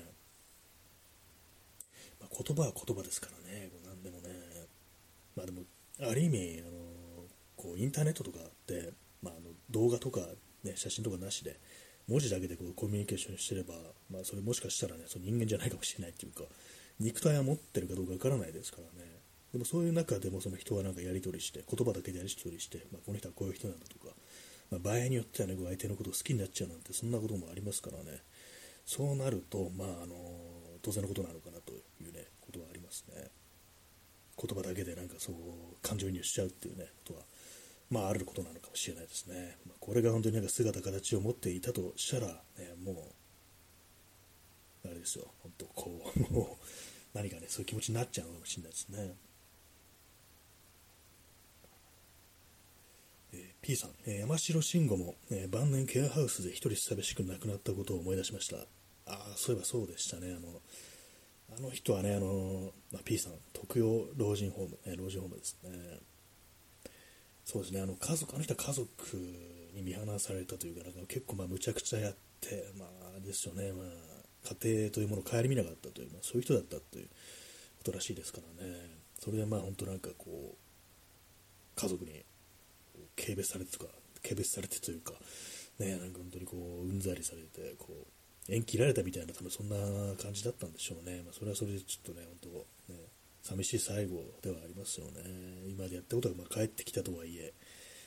言葉は言葉ですからね、何でもね。でも、ある意味、インターネットとかって、動画とか、ね、写真とかなしで、文字だけでコミュニケーションしてれば、それもしかしたらね、その人間じゃないかもしれないっていうか、肉体は持ってるかどうかわからないですからね。 でもそういう中でもその人はなんかやり取りして、言葉だけでやり取りして、この人はこういう人なんだとか、場合によってはね、相手のことを好きになっちゃうなんて、そんなこともありますからね。そうなると、当然のことなのかなというね、ことはありますね。言葉だけでなんかそう感情移入しちゃうっていうね、ことは、あることなのかもしれないですね。これが本当になんか姿形を持っていたとしたら、ね、もう、あれですよ、本当もう、何かね、そういう気持ちになっちゃうかもしれないですね。P さん、山城慎吾も、晩年ケアハウスで一人寂しく亡くなったことを思い出しました。そういえばそうでしたね。あの人はね、P さん、特養老人ホーム、老人ホームですね。そうですね、あの人は家族に見放されたというか、なんか結構むちゃくちゃやって、ですよね、家庭というものを顧みなかったという、そういう人だったということらしいですからね。それで本当なんかこう、家族に軽蔑されてというか、ね、なんか本当にこう、うんざりされて、こう、縁切られたみたいな、多分そんな感じだったんでしょうね。それはそれでちょっとね、本当ね、寂しい最後ではありますよね。今までやったことが帰ってきたとはいえ、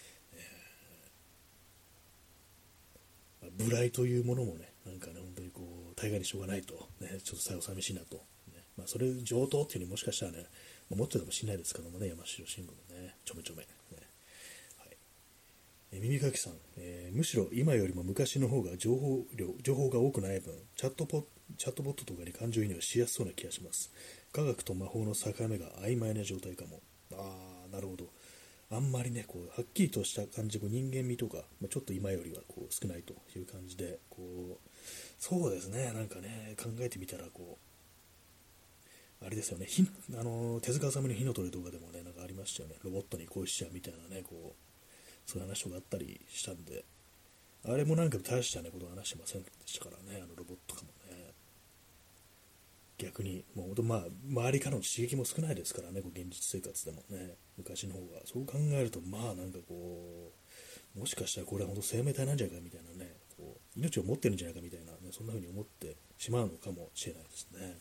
無頼というものもね、なんかね、本当にこう、大概にしょうがないと、ね、ちょっと最後寂しいなと。ね、それ上等っていうふうにもしかしたらね、思ってたかもしれないですけどもね、山城慎吾のね、ちょめちょめ。ね、はい。耳かきさん、むしろ今よりも昔の方が情報が多くない分、チャットボットとかに感情移入しやすそうな気がします。科学と魔法の境目が曖昧な状態かも。なるほど。あんまりね、こうはっきりとした感じ、人間味とか、ちょっと今よりはこう少ないという感じで、そうですね、なんかね、考えてみたら、あれですよね、手塚治虫の火の鳥とかでもね、なんかありましたよね、ロボットに恋しちゃうみたいなね、そういう話とかあったりしたんで、あれもなんか大したね、ことを話してませんでしたからね、ロボットかもね。逆に、もう本当周りからの刺激も少ないですからね、現実生活でもね、昔の方が。そう考えると、なんかもしかしたらこれは本当生命体なんじゃないかみたいなね、命を持ってるんじゃないかみたいな、ね、そんな風に思ってしまうのかもしれないですね。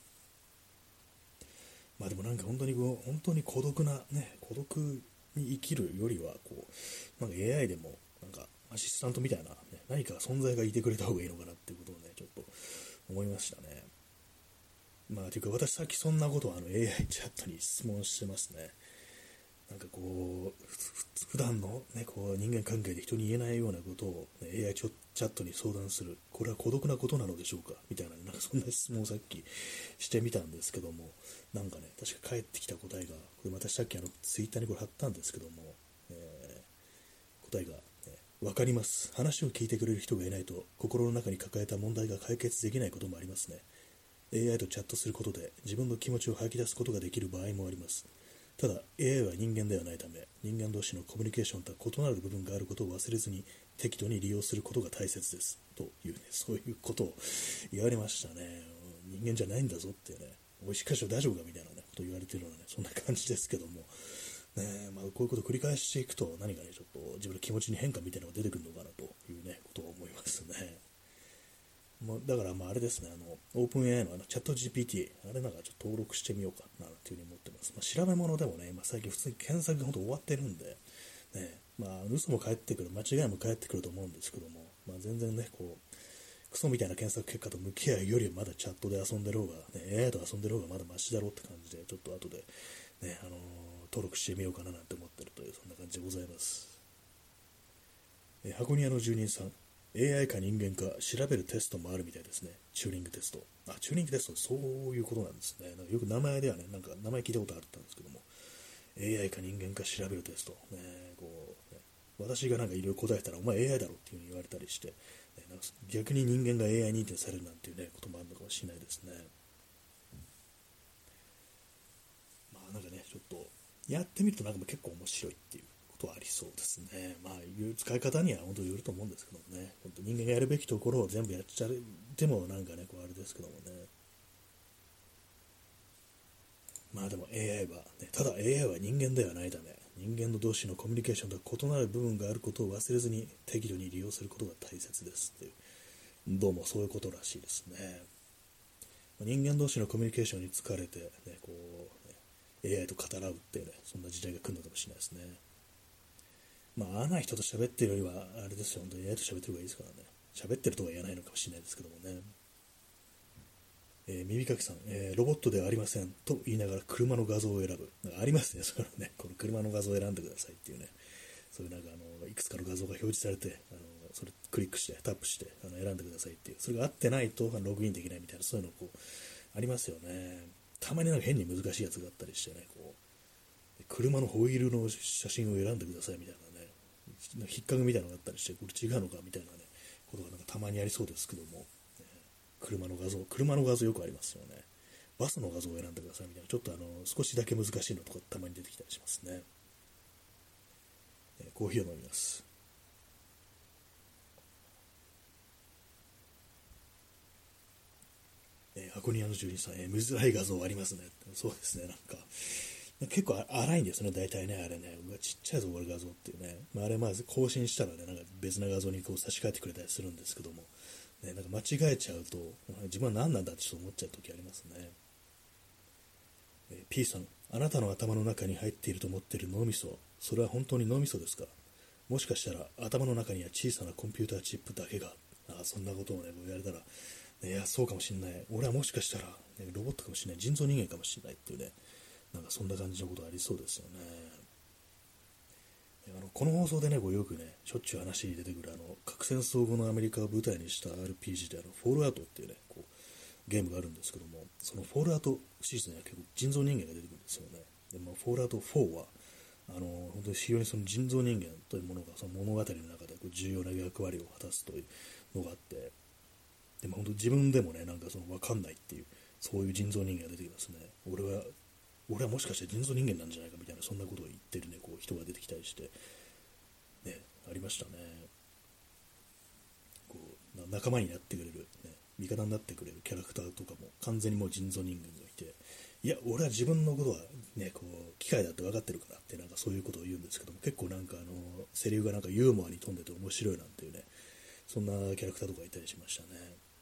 でもなんか本当に本当に孤独に生きるよりは、なんか AI でも、なんかアシスタントみたいな、ね、何か存在がいてくれた方がいいのかなっていうことをね、ちょっと思いましたね。というか私さっきそんなことをAI チャットに質問してますね。なんか普段の、ね、人間関係で人に言えないようなことを、ね、AI チャットに相談する。これは孤独なことなのでしょうかみたいな、なんかそんな質問をさっきしてみたんですけども、なんかね、確か返ってきた答えが、これ私さっきツイッターに貼ったんですけども、答えが、わかります。話を聞いてくれる人がいないと、心の中に抱えた問題が解決できないこともありますね。AI とチャットすることで自分の気持ちを吐き出すことができる場合もあります。ただ AI は人間ではないため、人間同士のコミュニケーションとは異なる部分があることを忘れずに適度に利用することが大切ですというね、そういうことを言われましたね。人間じゃないんだぞってね、おいしかし大丈夫かみたいな、ね、ことを言われてるのはね、そんな感じですけども、ね、こういうことを繰り返していくと何かね、ちょっと自分の気持ちに変化みたいなのが出てくるのかなというね、ことを思いますね。だからあれですね、オープン AI のチャット GPT、あれなんかちょっと登録してみようかなというふうに思ってます。調べ物でもね、最近普通に検索が本当終わってるんで、ね、嘘も返ってくる、間違いも返ってくると思うんですけども、全然ね、クソみたいな検索結果と向き合うよりはまだチャットで遊んでる方が、ね、AI と遊んでる方がまだマシだろうって感じで、ちょっと後で、ね、登録してみようかななんて思ってるという、そんな感じでございます。箱庭の住人さん、AI か人間か調べるテストもあるみたいですね。チューリングテスト。チューリングテスト、そういうことなんですね。なんかよく名前ではね、なんか名前聞いたことあったんですけども、AI か人間か調べるテスト。ね、私がなんかいろいろ答えたら、お前 AI だろっていう風に言われたりして、なんか逆に人間が AI 認定されるなんていうね、こともあるのかもしれないですね。なんかね、ちょっと、やってみるとなんか結構面白いっていうことはありそうですね。いう使い方には本当によると思うんですけどもね。本当人間がやるべきところを全部やっちゃってもなんかね、あれですけどもね。でも AI は、ね、ただ AI は人間ではないため、人間の同士のコミュニケーションとは異なる部分があることを忘れずに適度に利用することが大切ですっていう、どうもそういうことらしいですね。人間同士のコミュニケーションに疲れて、ね、 AI と語らうっていうね、そんな時代が来るのかもしれないですね。まあ、会わない人と喋ってるよりは、あれですよ、本当に AI と喋ってる方がいいですからね。喋ってるとは言わないのかもしれないですけどもね。耳かきさん、ロボットではありませんと言いながら車の画像を選ぶ。なんかありますね、それね。この車の画像を選んでくださいっていうね。そういうなんかいくつかの画像が表示されて、それクリックして、タップして、選んでくださいっていう。それが合ってないとログインできないみたいな、そういうのこう、ありますよね。たまになんか変に難しいやつがあったりしてね、こう、車のホイールの写真を選んでくださいみたいなね、引っかけみたいなのがあったりして、これ違うのかみたいなね、ことがなんかたまにありそうですけども、車の画像よくありますよね。バスの画像を選んでくださいみたいな、ちょっと少しだけ難しいのとかたまに出てきたりしますね。コーヒーを飲みます。箱庭の住人さん、見づらい画像ありますね。そうですね、なんか、結構荒いんですね、大体ね、あれね。うわ、ちっちゃいぞ、これ画像っていうね。まあ、あれまず更新したらね、なんか別な画像にこう差し替えてくれたりするんですけども、ね、なんか間違えちゃうと、自分は何なんだってちょっと思っちゃう時ありますね。P さん、あなたの頭の中に入っていると思っている脳みそ、それは本当に脳みそですか？もしかしたら頭の中には小さなコンピューターチップだけが、そんなことをね、言われたら、ね、いや、そうかもしんない。俺はもしかしたら、ね、ロボットかもしれない。人造人間かもしれないっていうね、なんかそんな感じのことありそうですよね。この放送でね、よくね、しょっちゅう話に出てくる核戦争後のアメリカを舞台にした RPG でフォールアウトっていうね、こうゲームがあるんですけども、そのフォールアウトシリーズには結構人造人間が出てくるんですよね。で、まあ、フォールアウト4は、本当に非常にその人造人間というものがその物語の中でこう重要な役割を果たすというのがあって、でも本当自分でもね、なんかその分かんないっていう、そういう人造人間が出てきますね。俺はもしかして人造人間なんじゃないかみたいな、そんなことを言ってるね、こう人が出てきたりして、ね、ありましたね。こう仲間になってくれる、ね、味方になってくれるキャラクターとかも完全にもう人造人間がいて、いや、俺は自分のことはね、こう機械だって分かってるからって、なんかそういうことを言うんですけども、結構なんかセリフがなんかユーモアに富んでて面白いなんていうね、そんなキャラクターとかいたりしましたね。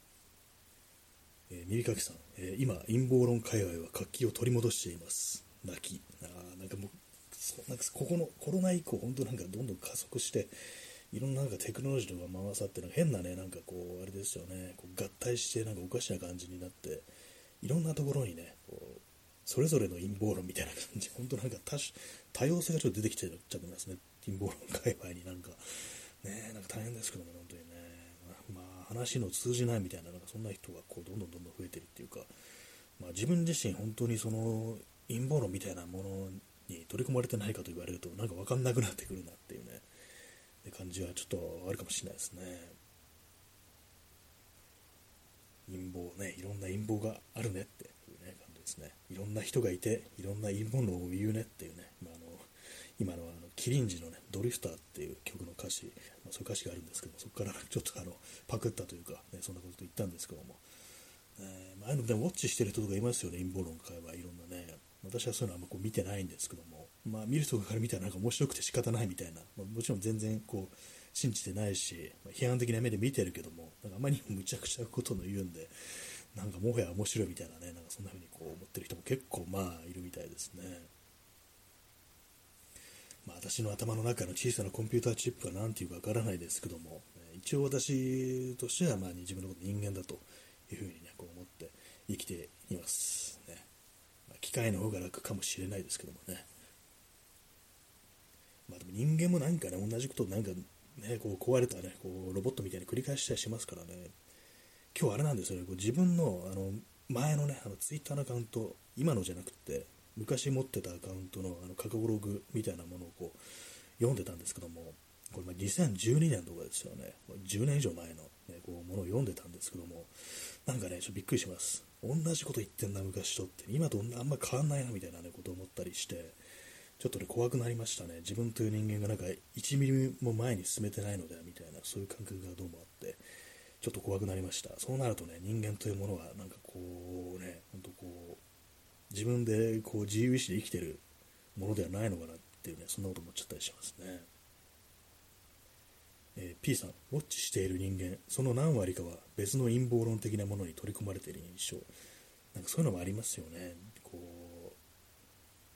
耳かきさん、今陰謀論界隈は活気を取り戻しています。泣き。なんかもうなんかここのコロナ以降、本当なんかどんどん加速して、いろんななんかテクノロジーとか回さって、なんか変なね、なんかこう、あれですよね、こう合体してなんかおかしな感じになって、いろんなところにね、こうそれぞれの陰謀論みたいな感じ、本当なんか多様性がちょっと出てきてちゃってますね、陰謀論界隈になんか、ね、なんか大変ですけども、本当にね、まあ話の通じないみたいな、なんかそんな人がこうどんどん増えてるっていうか、まあ自分自身本当にその陰謀論みたいなものに取り込まれてないかと言われると、なんか分かんなくなってくるなっていうね、感じはちょっとあるかもしれないですね。陰謀ね、いろんな陰謀があるねっていうね、感じですね。いろんな人がいて、いろんな陰謀論を言うねっていうね、今のキリンジのね、ドリフターっていう曲の歌詞、そういう歌詞があるんですけども、そこからちょっとパクったというか、ね、そんなこと言ったんですけども、ああいうのでウォッチしてる人とかいますよね、陰謀論界はいろんなね。私はそういうのはあんまこう見てないんですけども、まあ見る人から見たらなんか面白くて仕方ないみたいな、もちろん全然こう信じてないし、批判的な目で見てるけども、なんかあまりにもむちゃくちゃなことの言うんで、なんかもはや面白いみたいなね、なんかそんな風にこう思ってる人も結構まあいるみたいですね。まあ私の頭の中の小さなコンピューターチップが何ていうかわからないですけども、一応私としてはまあ自分のこと人間だというふうにね、こう思って生きていますね。機械の方が楽かもしれないですけどもね。まあでも人間もなんかね、同じことなんかね、こう壊れたね、こうロボットみたいに繰り返したりしますからね。今日あれなんですよね、こう自分の前のね、ツイッターのアカウント、今のじゃなくて、昔持ってたアカウントの過去ログみたいなものをこう読んでたんですけども、これ2012年とかですよね、10年以上前の、ね、こうものを読んでたんですけども、なんかね、ちょっとびっくりします。同じこと言ってんな、昔とって。今とあんま変わんないな、みたいなね、ことを思ったりして、ちょっとね、怖くなりましたね。自分という人間がなんか、1ミリも前に進めてないのでは、みたいな、そういう感覚がどうもあって、ちょっと怖くなりました。そうなるとね、人間というものは、なんかこうね、ほんとこう、自分でこう自由意志で生きてるものではないのかなっていうね、そんなこと思っちゃったりしますね。P さん、ウォッチしている人間、その何割かは別の陰謀論的なものに取り込まれている印象。なんかそういうのもありますよね。こ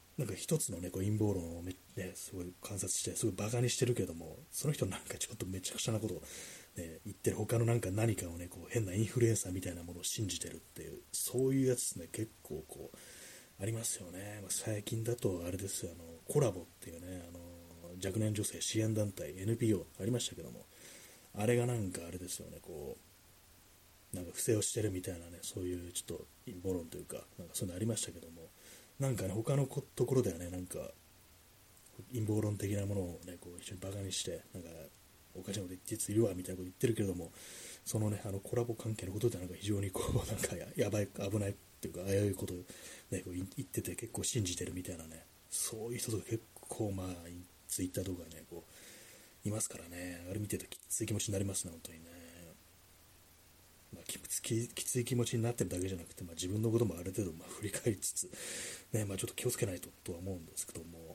なんか一つのね、こう陰謀論をすごい観察して、すごいバカにしてるけども、その人なんかちょっとめちゃくちゃなことを、ね、言ってる、他のなんか何かをね、こう変なインフルエンサーみたいなものを信じてるっていう、そういうやつね、結構こう、ありますよね。まあ、最近だとあれですよ、コラボっていうね、若年女性支援団体 NPO ありましたけども、あれがなんかあれですよね、こう、なんか不正をしてるみたいなね、そういうちょっと陰謀論というか、なんかそういうのありましたけども、なんかね、他のところではね、なんか陰謀論的なものをね、こう一緒にバカにして、なんかおかしなこと実いるわみたいなこと言ってるけれども、そのね、コラボ関係のことでなんか非常にこう、なんかやばい、危ないっていうか、危ういことをね、こう言ってて結構信じてるみたいなね、そういう人とか結構まあ、ツイッターとかね、こう、いますからね、あれ見てるときつい気持ちになりますね、本当にね。まあ、きつい気持ちになってるだけじゃなくて、まあ、自分のこともある程度まあ振り返りつつ、ね、まあ、ちょっと気をつけないとは思うんですけども、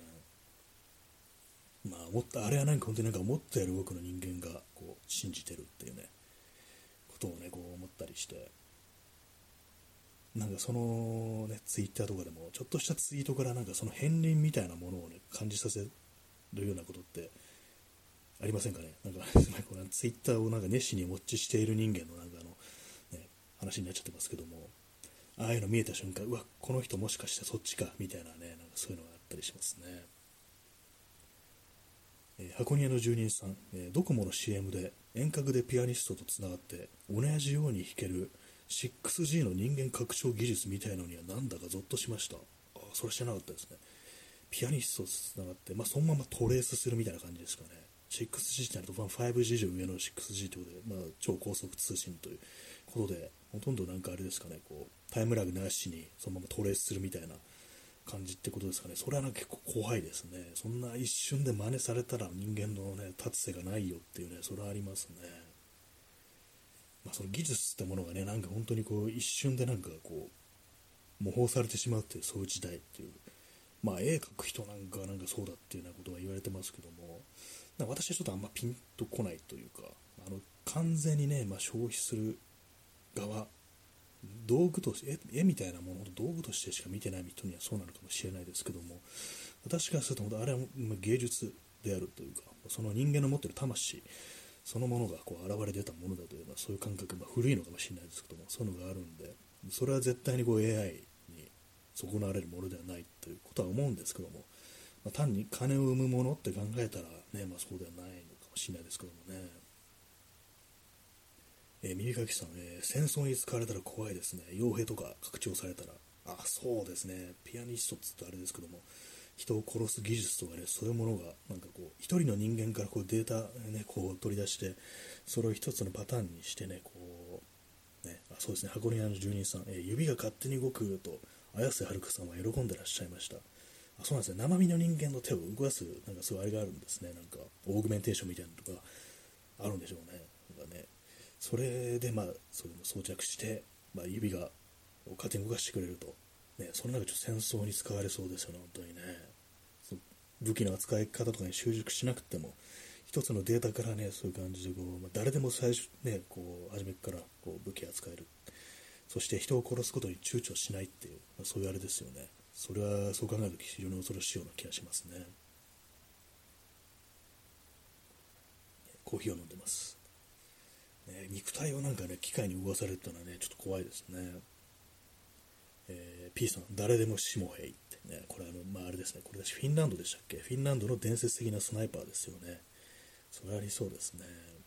まあ、あれはなんか本当になんか思ったより多くの人間がこう信じてるっていうね、ことをね、こう思ったりして、なんかそのね、ツイッターとかでも、ちょっとしたツイートからなんかその片鱗みたいなものをね、感じさせるようなことってありませんかね。なんかこのツイッターをなんか熱心にウォッチしている人間のなんかね、話になっちゃってますけども、ああいうの見えた瞬間、うわ、この人もしかしてそっちか、みたいなね、なんかそういうのがあったりしますね。箱庭の住人さん、ドコモの CM で遠隔でピアニストとつながって同じように弾ける 6G の人間拡張技術みたいのにはなんだかゾッとしました。それ知らなかったですね。ピアニストとつながって、まあ、そのままトレースするみたいな感じですかね。6G ってなると、5G 以上上の 6G ということで、まあ、超高速通信ということで、ほとんどなんかあれですかね、こうタイムラグなしにそのままトレースするみたいな感じってことですかね。それはなんか結構怖いですね。そんな一瞬で真似されたら人間のね、立つ瀬がないよっていうね、それはありますね。まあ、その技術ってものがね、なんか本当にこう一瞬でなんかこう模倣されてしまうっていうそういう時代っていう、まあ絵描く人なんかそうだっていうようなことは言われてますけども、なんか私はちょっとあんまピンとこないというか、完全にね、まあ、消費する側、道具として絵みたいなものを道具としてしか見てない人にはそうなのかもしれないですけども、私からするとあれは芸術であるというか、その人間の持っている魂そのものがこう現れ出たものだという、そういう感覚、古いのかもしれないですけども、そういうのがあるんで、それは絶対にこう AI に損なわれるものではないということは思うんですけども、単に金を生むものって考えたらね、そうではないのかもしれないですけどもね。耳かきさん、戦争に使われたら怖いですね。傭兵とか拡張されたら。そうですね。ピアニストっつってあれですけども、人を殺す技術とかね、そういうものが、なんかこう、一人の人間からこうデータ、ね、こう取り出して、それを一つのパターンにしてね、こう、ね、そうですね、箱庭の住人さん、指が勝手に動くと、綾瀬はるかさんは喜んでらっしゃいました。そうなんですね、生身の人間の手を動かす、なんかそういうあれがあるんですね、なんか、オーグメンテーションみたいなのとか、あるんでしょうね。なんかね、それでそういうのを装着して、指が勝手に動かしてくれると、ね、それなんかちょっと戦争に使われそうですよね、本当にね。武器の扱い方とかに習熟しなくても、一つのデータからね、そういう感じでこう、誰でも最初ね、こう初めからこう武器扱える、そして人を殺すことに躊躇しないっていう、そういうあれですよね。それはそう考えると非常に恐ろしいような気がしますね。コーヒーを飲んでます。肉体をなんかね、機械に動かされるってのはね、ちょっと怖いですね。P さん、誰でもしもへいってね、これあれですね、これフィンランドでしたっけ？フィンランドの伝説的なスナイパーですよね。それありそうですね。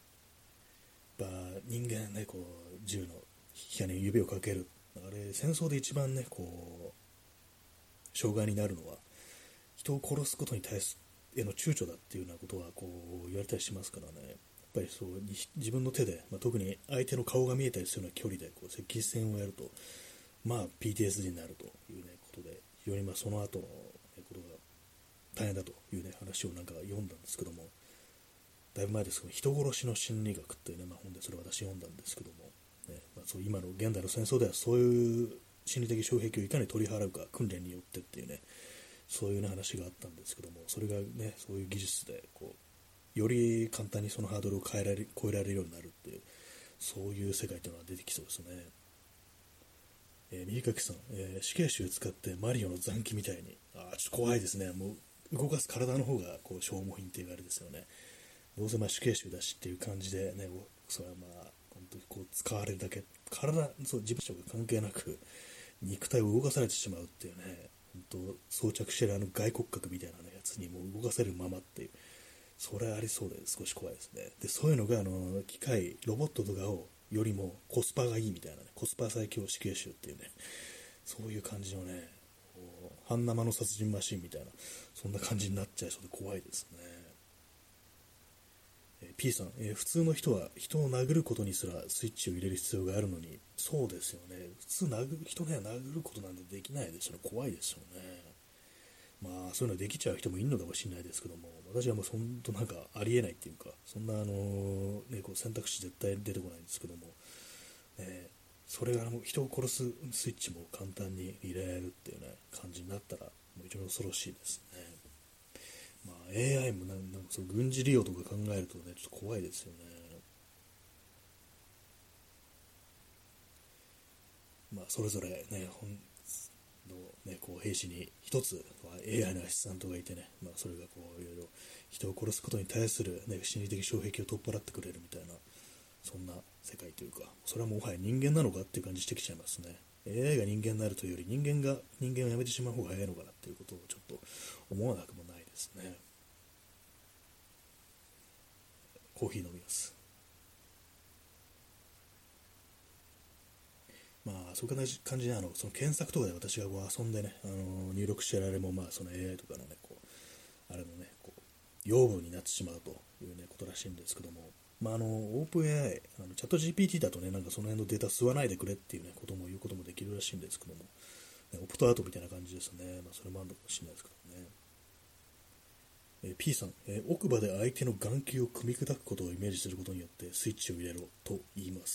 人間ね、こう、銃の引き金に指をかける。あれ、戦争で一番ね、こう、障害になるのは、人を殺すことに対すへの躊躇だっていうようなことはこう言われたりしますからね。やっぱりそう自分の手で、特に相手の顔が見えたりするような距離でこう接近戦をやると、PTSD になるという、ことで、非常にその後のことが大変だという、話をなんか読んだんですけども、だいぶ前ですけど、人殺しの心理学っていう本でそれ私読んだんですけども、そう今の現代の戦争ではそういう心理的障壁をいかに取り払うか、訓練によってっていうそういう、話があったんですけども、それがね、そういう技術でこうより簡単にそのハードルを超えられるようになるっていう、そういう世界というのが出てきそうですね。 右かきさん、死刑囚使ってマリオの残機みたいに、ちょっと怖いですね。もう動かす体の方がこう消耗品っていうあれですよね。どうせまあ死刑囚だしっていう感じでね、それはまあ本当にこう使われるだけ、そう自分たちが関係なく肉体を動かされてしまうっていうね、本当装着してる外骨格みたいな、ね、やつにもう動かせるままっていう、それありそうで少し怖いですね。でそういうのが機械ロボットとかをよりもコスパがいいみたいなね、コスパ最強死刑囚っていうね、そういう感じのね、半生の殺人マシンみたいな、そんな感じになっちゃいそうで怖いですね。P さん、普通の人は人を殴ることにすらスイッチを入れる必要があるのに、そうですよね。普通人ね、殴ることなんてできないですよね。怖いですよね。まあそういうのできちゃう人もいるのかもしれないですけども、私はもうそんとなんかありえないっていうか、そんなこう選択肢絶対出てこないんですけども、それが人を殺すスイッチも簡単に入れられるっていうね感じになったらもう一番恐ろしいですね。まあ AI もなんかそう軍事利用とか考えるとねちょっと怖いですよね。まあそれぞれねのねこう兵士に一つ AI のアシスタントがいてね、まあそれがこういろいろ人を殺すことに対するね心理的障壁を取っ払ってくれるみたいな、そんな世界というか、それはもはや人間なのかっていう感じしてきちゃいますね。AI が人間になるというより人間が人間をやめてしまう方が早いのかなっていうことをちょっと思わなくもないですね。コーヒー飲みます。まあそういう感じでその検索とかで私がこう遊んでね、入力してられもまあその AI とかのねこうあれのねこう養分になってしまうというねことらしいんですけども、まあオープン AI チャット GPT だとねなんかその辺のデータ吸わないでくれっていうねことも言うこともできるらしいんですけども、オプトアウトみたいな感じですね。まあそれもあるのかもしれないですけどね。P さん、奥歯で相手の眼球を組み砕くことをイメージすることによってスイッチを入れろと言います。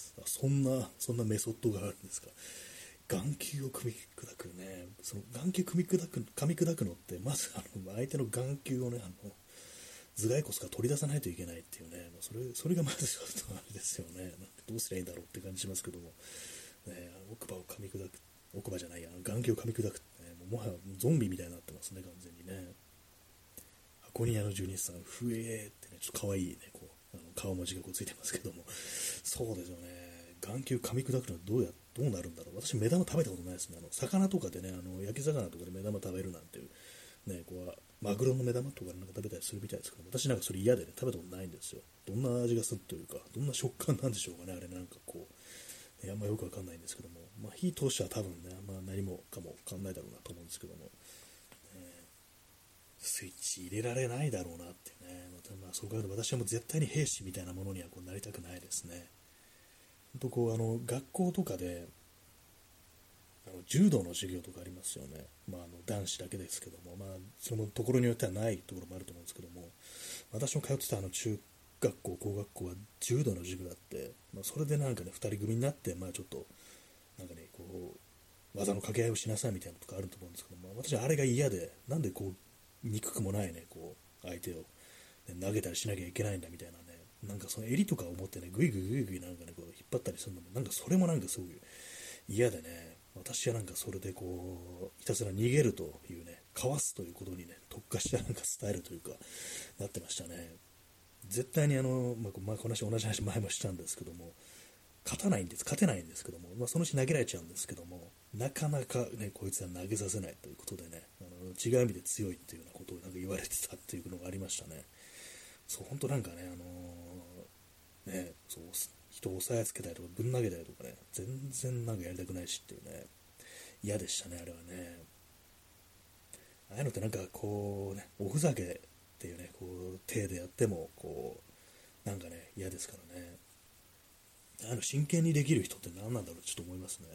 そんなメソッドがあるんですか。眼球を組み砕くね。その眼球噛み砕くのって、まず相手の眼球をね、頭蓋骨から取り出さないといけないっていうね、それがまずちょっとあれですよね。なんかどうすりゃいいんだろうって感じしますけども、奥歯を噛み砕く、奥歯じゃないや、眼球を噛み砕くってね、もはやゾンビみたいになってますね、完全にね。箱庭の住人さん、ふえーってね、ちょっと可愛いね、こう、顔文字がこうついてますけども、そうですよね、眼球噛み砕くのはどうなるんだろう。私、目玉食べたことないですね。魚とかでね、焼き魚とかで目玉食べるなんていう、ね、こう、マグロの目玉とかでなんか食べたりするみたいですけども、私なんかそれ嫌でね、食べたことないんですよ。どんな味がするというか、どんな食感なんでしょうかね、あれなんかこう、あんまよくわかんないんですけども、まあ、火通しては多分ね、何もかもわかんないだろうなと思うんですけども、スイッチ入れられないだろうなってね、まあ、そう考えると私はもう絶対に兵士みたいなものにはこうなりたくないですね。本当こう学校とかで柔道の授業とかありますよね、まあ、男子だけですけども、まあ、そのところによってはないところもあると思うんですけども、私の通ってた中学校、高学校は柔道の授業があって、まあ、それでなんかね、2人組になって、まあ、ちょっとなんかね、こう技の掛け合いをしなさいみたいなのとかあると思うんですけども、私はあれが嫌で、なんでこう憎くもないね、こう相手を、ね、投げたりしなきゃいけないんだみたいなね、なんかその襟とかを持ってね、ぐいぐいぐいぐいなんかね、こう引っ張ったりするのも、なんかそれもなんかすごく嫌でね、私はなんかそれでこうひたすら逃げるというね、かわすということにね特化したなんかスタイルというかなってましたね。絶対にまあ、この話同じ話前もしたんですけども、勝てないんですけども、まあ、そのうち投げられちゃうんですけども、なかなかねこいつは投げさせないということでね、違う意味で強いっていうようなことをなんか言われてたっていうのがありましたね。そう本当なんかねそう人を押さえつけたりとかぶん投げたりとかね、全然なんかやりたくないしっていうね、嫌でしたね、あれはね。ああいうのってなんかこうね、おふざけっていうね、こう手でやってもこうなんかね嫌ですからね。ああいうの真剣にできる人って何なんだろうってちょっと思いますね。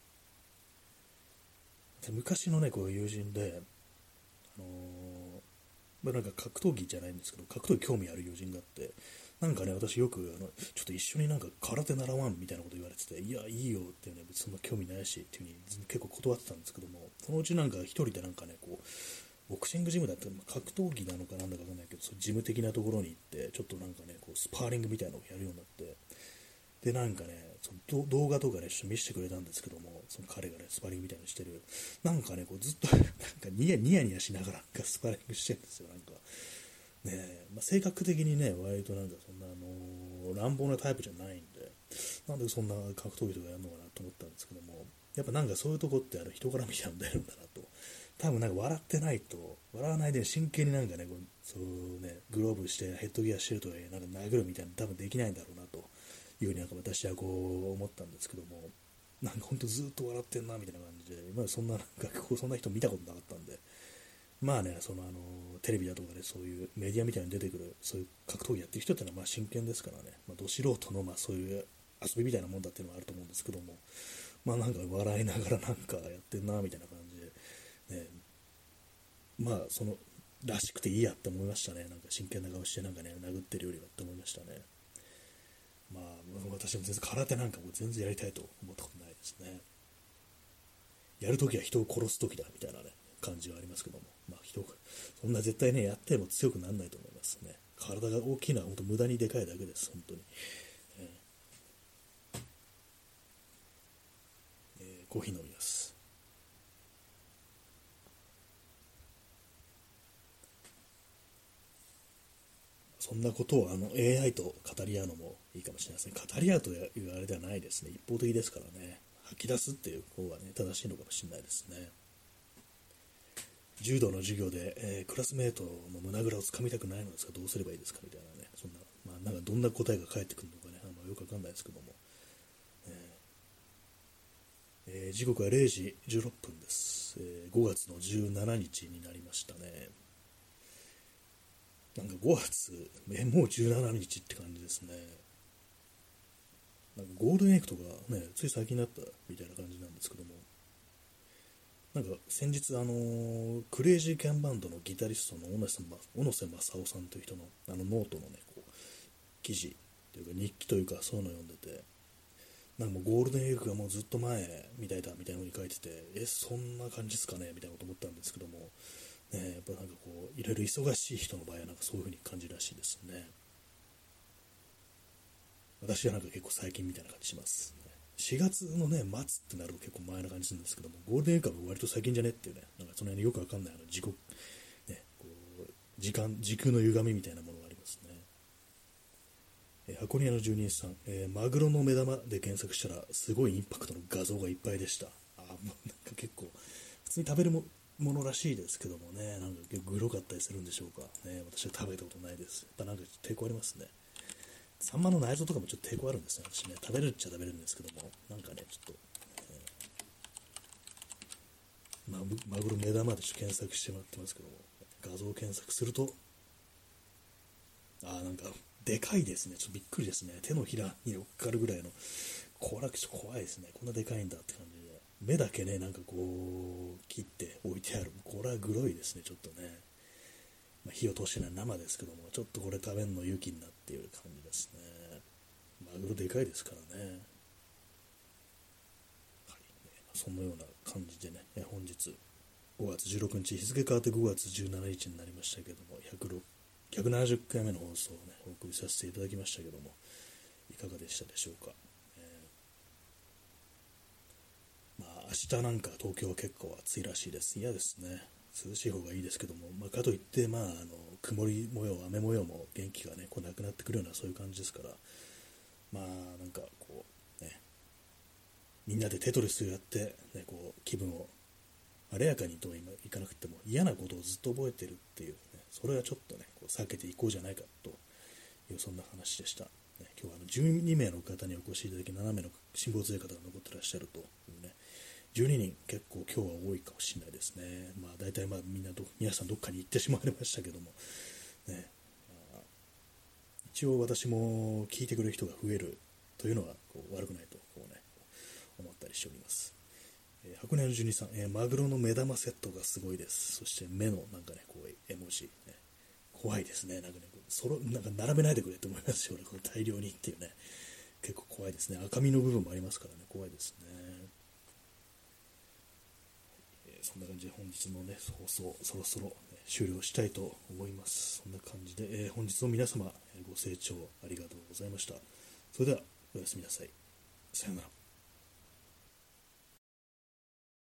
で昔のねこう友人で、あのまあ、なんか格闘技じゃないんですけど、格闘技興味ある友人があって、なんかね、私よくちょっと一緒になんか空手習わんみたいなこと言われてて、いや、いいよってね、別にそんな興味ないしっていう風に結構断ってたんですけども、そのうちなんか一人でなんかね、こう、ボクシングジムだって、まあ、格闘技なのかなんだかわかんないけど、そうジム的なところに行って、ちょっとなんかね、こうスパーリングみたいなのをやるようになって、 で、なんかね、その動画とかね、一緒に見せてくれたんですけども、その彼がね、スパーリングみたいにしてる、なんかね、こうずっとなんかニヤニヤしながらなんかスパーリングしてるんですよ、なんか。ねまあ、性格的にね、割となんかそんな乱暴なタイプじゃないんで、なんでそんな格闘技とかやるのかなと思ったんですけども、やっぱなんかそういうとこって人から見ちゃうんだよなと。多分なんか笑ってないと、笑わないで真剣になんかね、そうね、グローブしてヘッドギアしてるとはいえ、なんか殴るみたいな多分できないんだろうなというふうになんか私はこう思ったんですけども、なんかほんとずっと笑ってんなみたいな感じで、今までそんななんかそんな人見たことなかったんで、まあね、テレビだとかでそういうメディアみたいに出てくる、そういう格闘技やってる人ってのはまあ真剣ですからね、まあ、ど素人のまあそういう遊びみたいなもんだっていうのはあると思うんですけども、まあなんか笑いながらなんかやってんなみたいな感じで、ね、まあらしくていいやって思いましたね。なんか真剣な顔してなんかね、殴ってるよりはって思いましたね。まあ私も全然空手なんかも全然やりたいと思ったことないですね。やるときは人を殺すときだみたいなね、感じはありますけども、まあそんな絶対ね、やっても強くならないと思いますね。体が大きいのは本当無駄にでかいだけです、本当に。コーヒー飲みます。そんなことをAI と語り合うのもいいかもしれません。語り合うというあれではないですね。一方的ですからね。吐き出すっていう方がね、正しいのかもしれないですね。柔道の授業で、クラスメートの胸ぐらをつかみたくないのですがどうすればいいですかみたいなね、そんな、まあ、なんかどんな答えが返ってくるのかね、よくわかんないですけども、時刻は0時16分です、5月の17日になりましたね。なんか5月、もう17日って感じですね。なんかゴールデンウィークとかね、つい最近になったみたいな感じなんですけども、なんか先日クレイジーケンバンドのギタリストの小野瀬正夫さんという人のノートのねこう記事というか日記というかそういうのを読んでて、なんかもうゴールデンウィークがもうずっと前みたいだみたいな風に書いてて、そんな感じですかねみたいなこと思ったんですけども、ね、やっぱなんかこういろいろ忙しい人の場合はなんかそういう風に感じるらしいですね。私はなんか結構最近みたいな感じします。4月のね、末ってなると結構前な感じするんですけども、ゴールデンウィークは割と最近じゃねっていうね、なんかその辺よくわかんないね、こう時空の歪みみたいなものがありますね。箱庭の住人さん、マグロの目玉で検索したらすごいインパクトの画像がいっぱいでした。もうなんか結構普通に食べるものらしいですけどもね、なんか結構グロかったりするんでしょうかね。私は食べたことないです。やっぱなんか抵抗ありますね。サンマの内臓とかもちょっと抵抗あるんですね、私ね。食べるっちゃ食べれるんですけども、なんかね、ちょっと、マグロ目玉で検索してもらってますけども、画像を検索すると、なんか、でかいですね。ちょっとびっくりですね。手のひらに乗っかるぐらいの、これはちょっと怖いですね。こんなでかいんだって感じで。目だけね、なんかこう、切って置いてある。これはグロいですね、ちょっとね。火を通してない生ですけども、ちょっとこれ食べるの勇気になっている感じですね。マグロでかいですからね。はい、そのような感じでね、本日5月16日、日付変わって5月17日になりましたけども、170回目の放送をね、お送りさせていただきましたけども、いかがでしたでしょうか。明日なんか東京は結構暑いらしいです。嫌ですね。涼しい方がいいですけども、かといって、曇り模様、雨模様も元気がね、なくなってくるようなそういう感じですから、なんかこう、ね、みんなでテトリスをやって、ね、こう気分を晴れやかにとはいかなくても嫌なことをずっと覚えてるっていう、ね、それはちょっとね、こう避けていこうじゃないかというそんな話でした。今日は12名の方にお越しいただき、7名の辛抱強い方が残ってらっしゃるというね、12人結構今日は多いかもしれないですね。大体皆さんどっかに行ってしまわれましたけども、ね、一応私も聞いてくれる人が増えるというのはこう悪くないと思ったりしております。箱根の12さん、マグロの目玉セットがすごいです。そして目のなんかね、こう絵文字、ね、怖いですね。なんかね、なんか並べないでくれと思いますよね。この大量にっていうね、結構怖いですね。赤身の部分もありますからね、怖いですね。そんな感じで本日のね、放送、そろそろ、終了したいと思います。そんな感じで、本日も皆様、ご清聴ありがとうございました。それでは、 おやすみなさい。さよなら。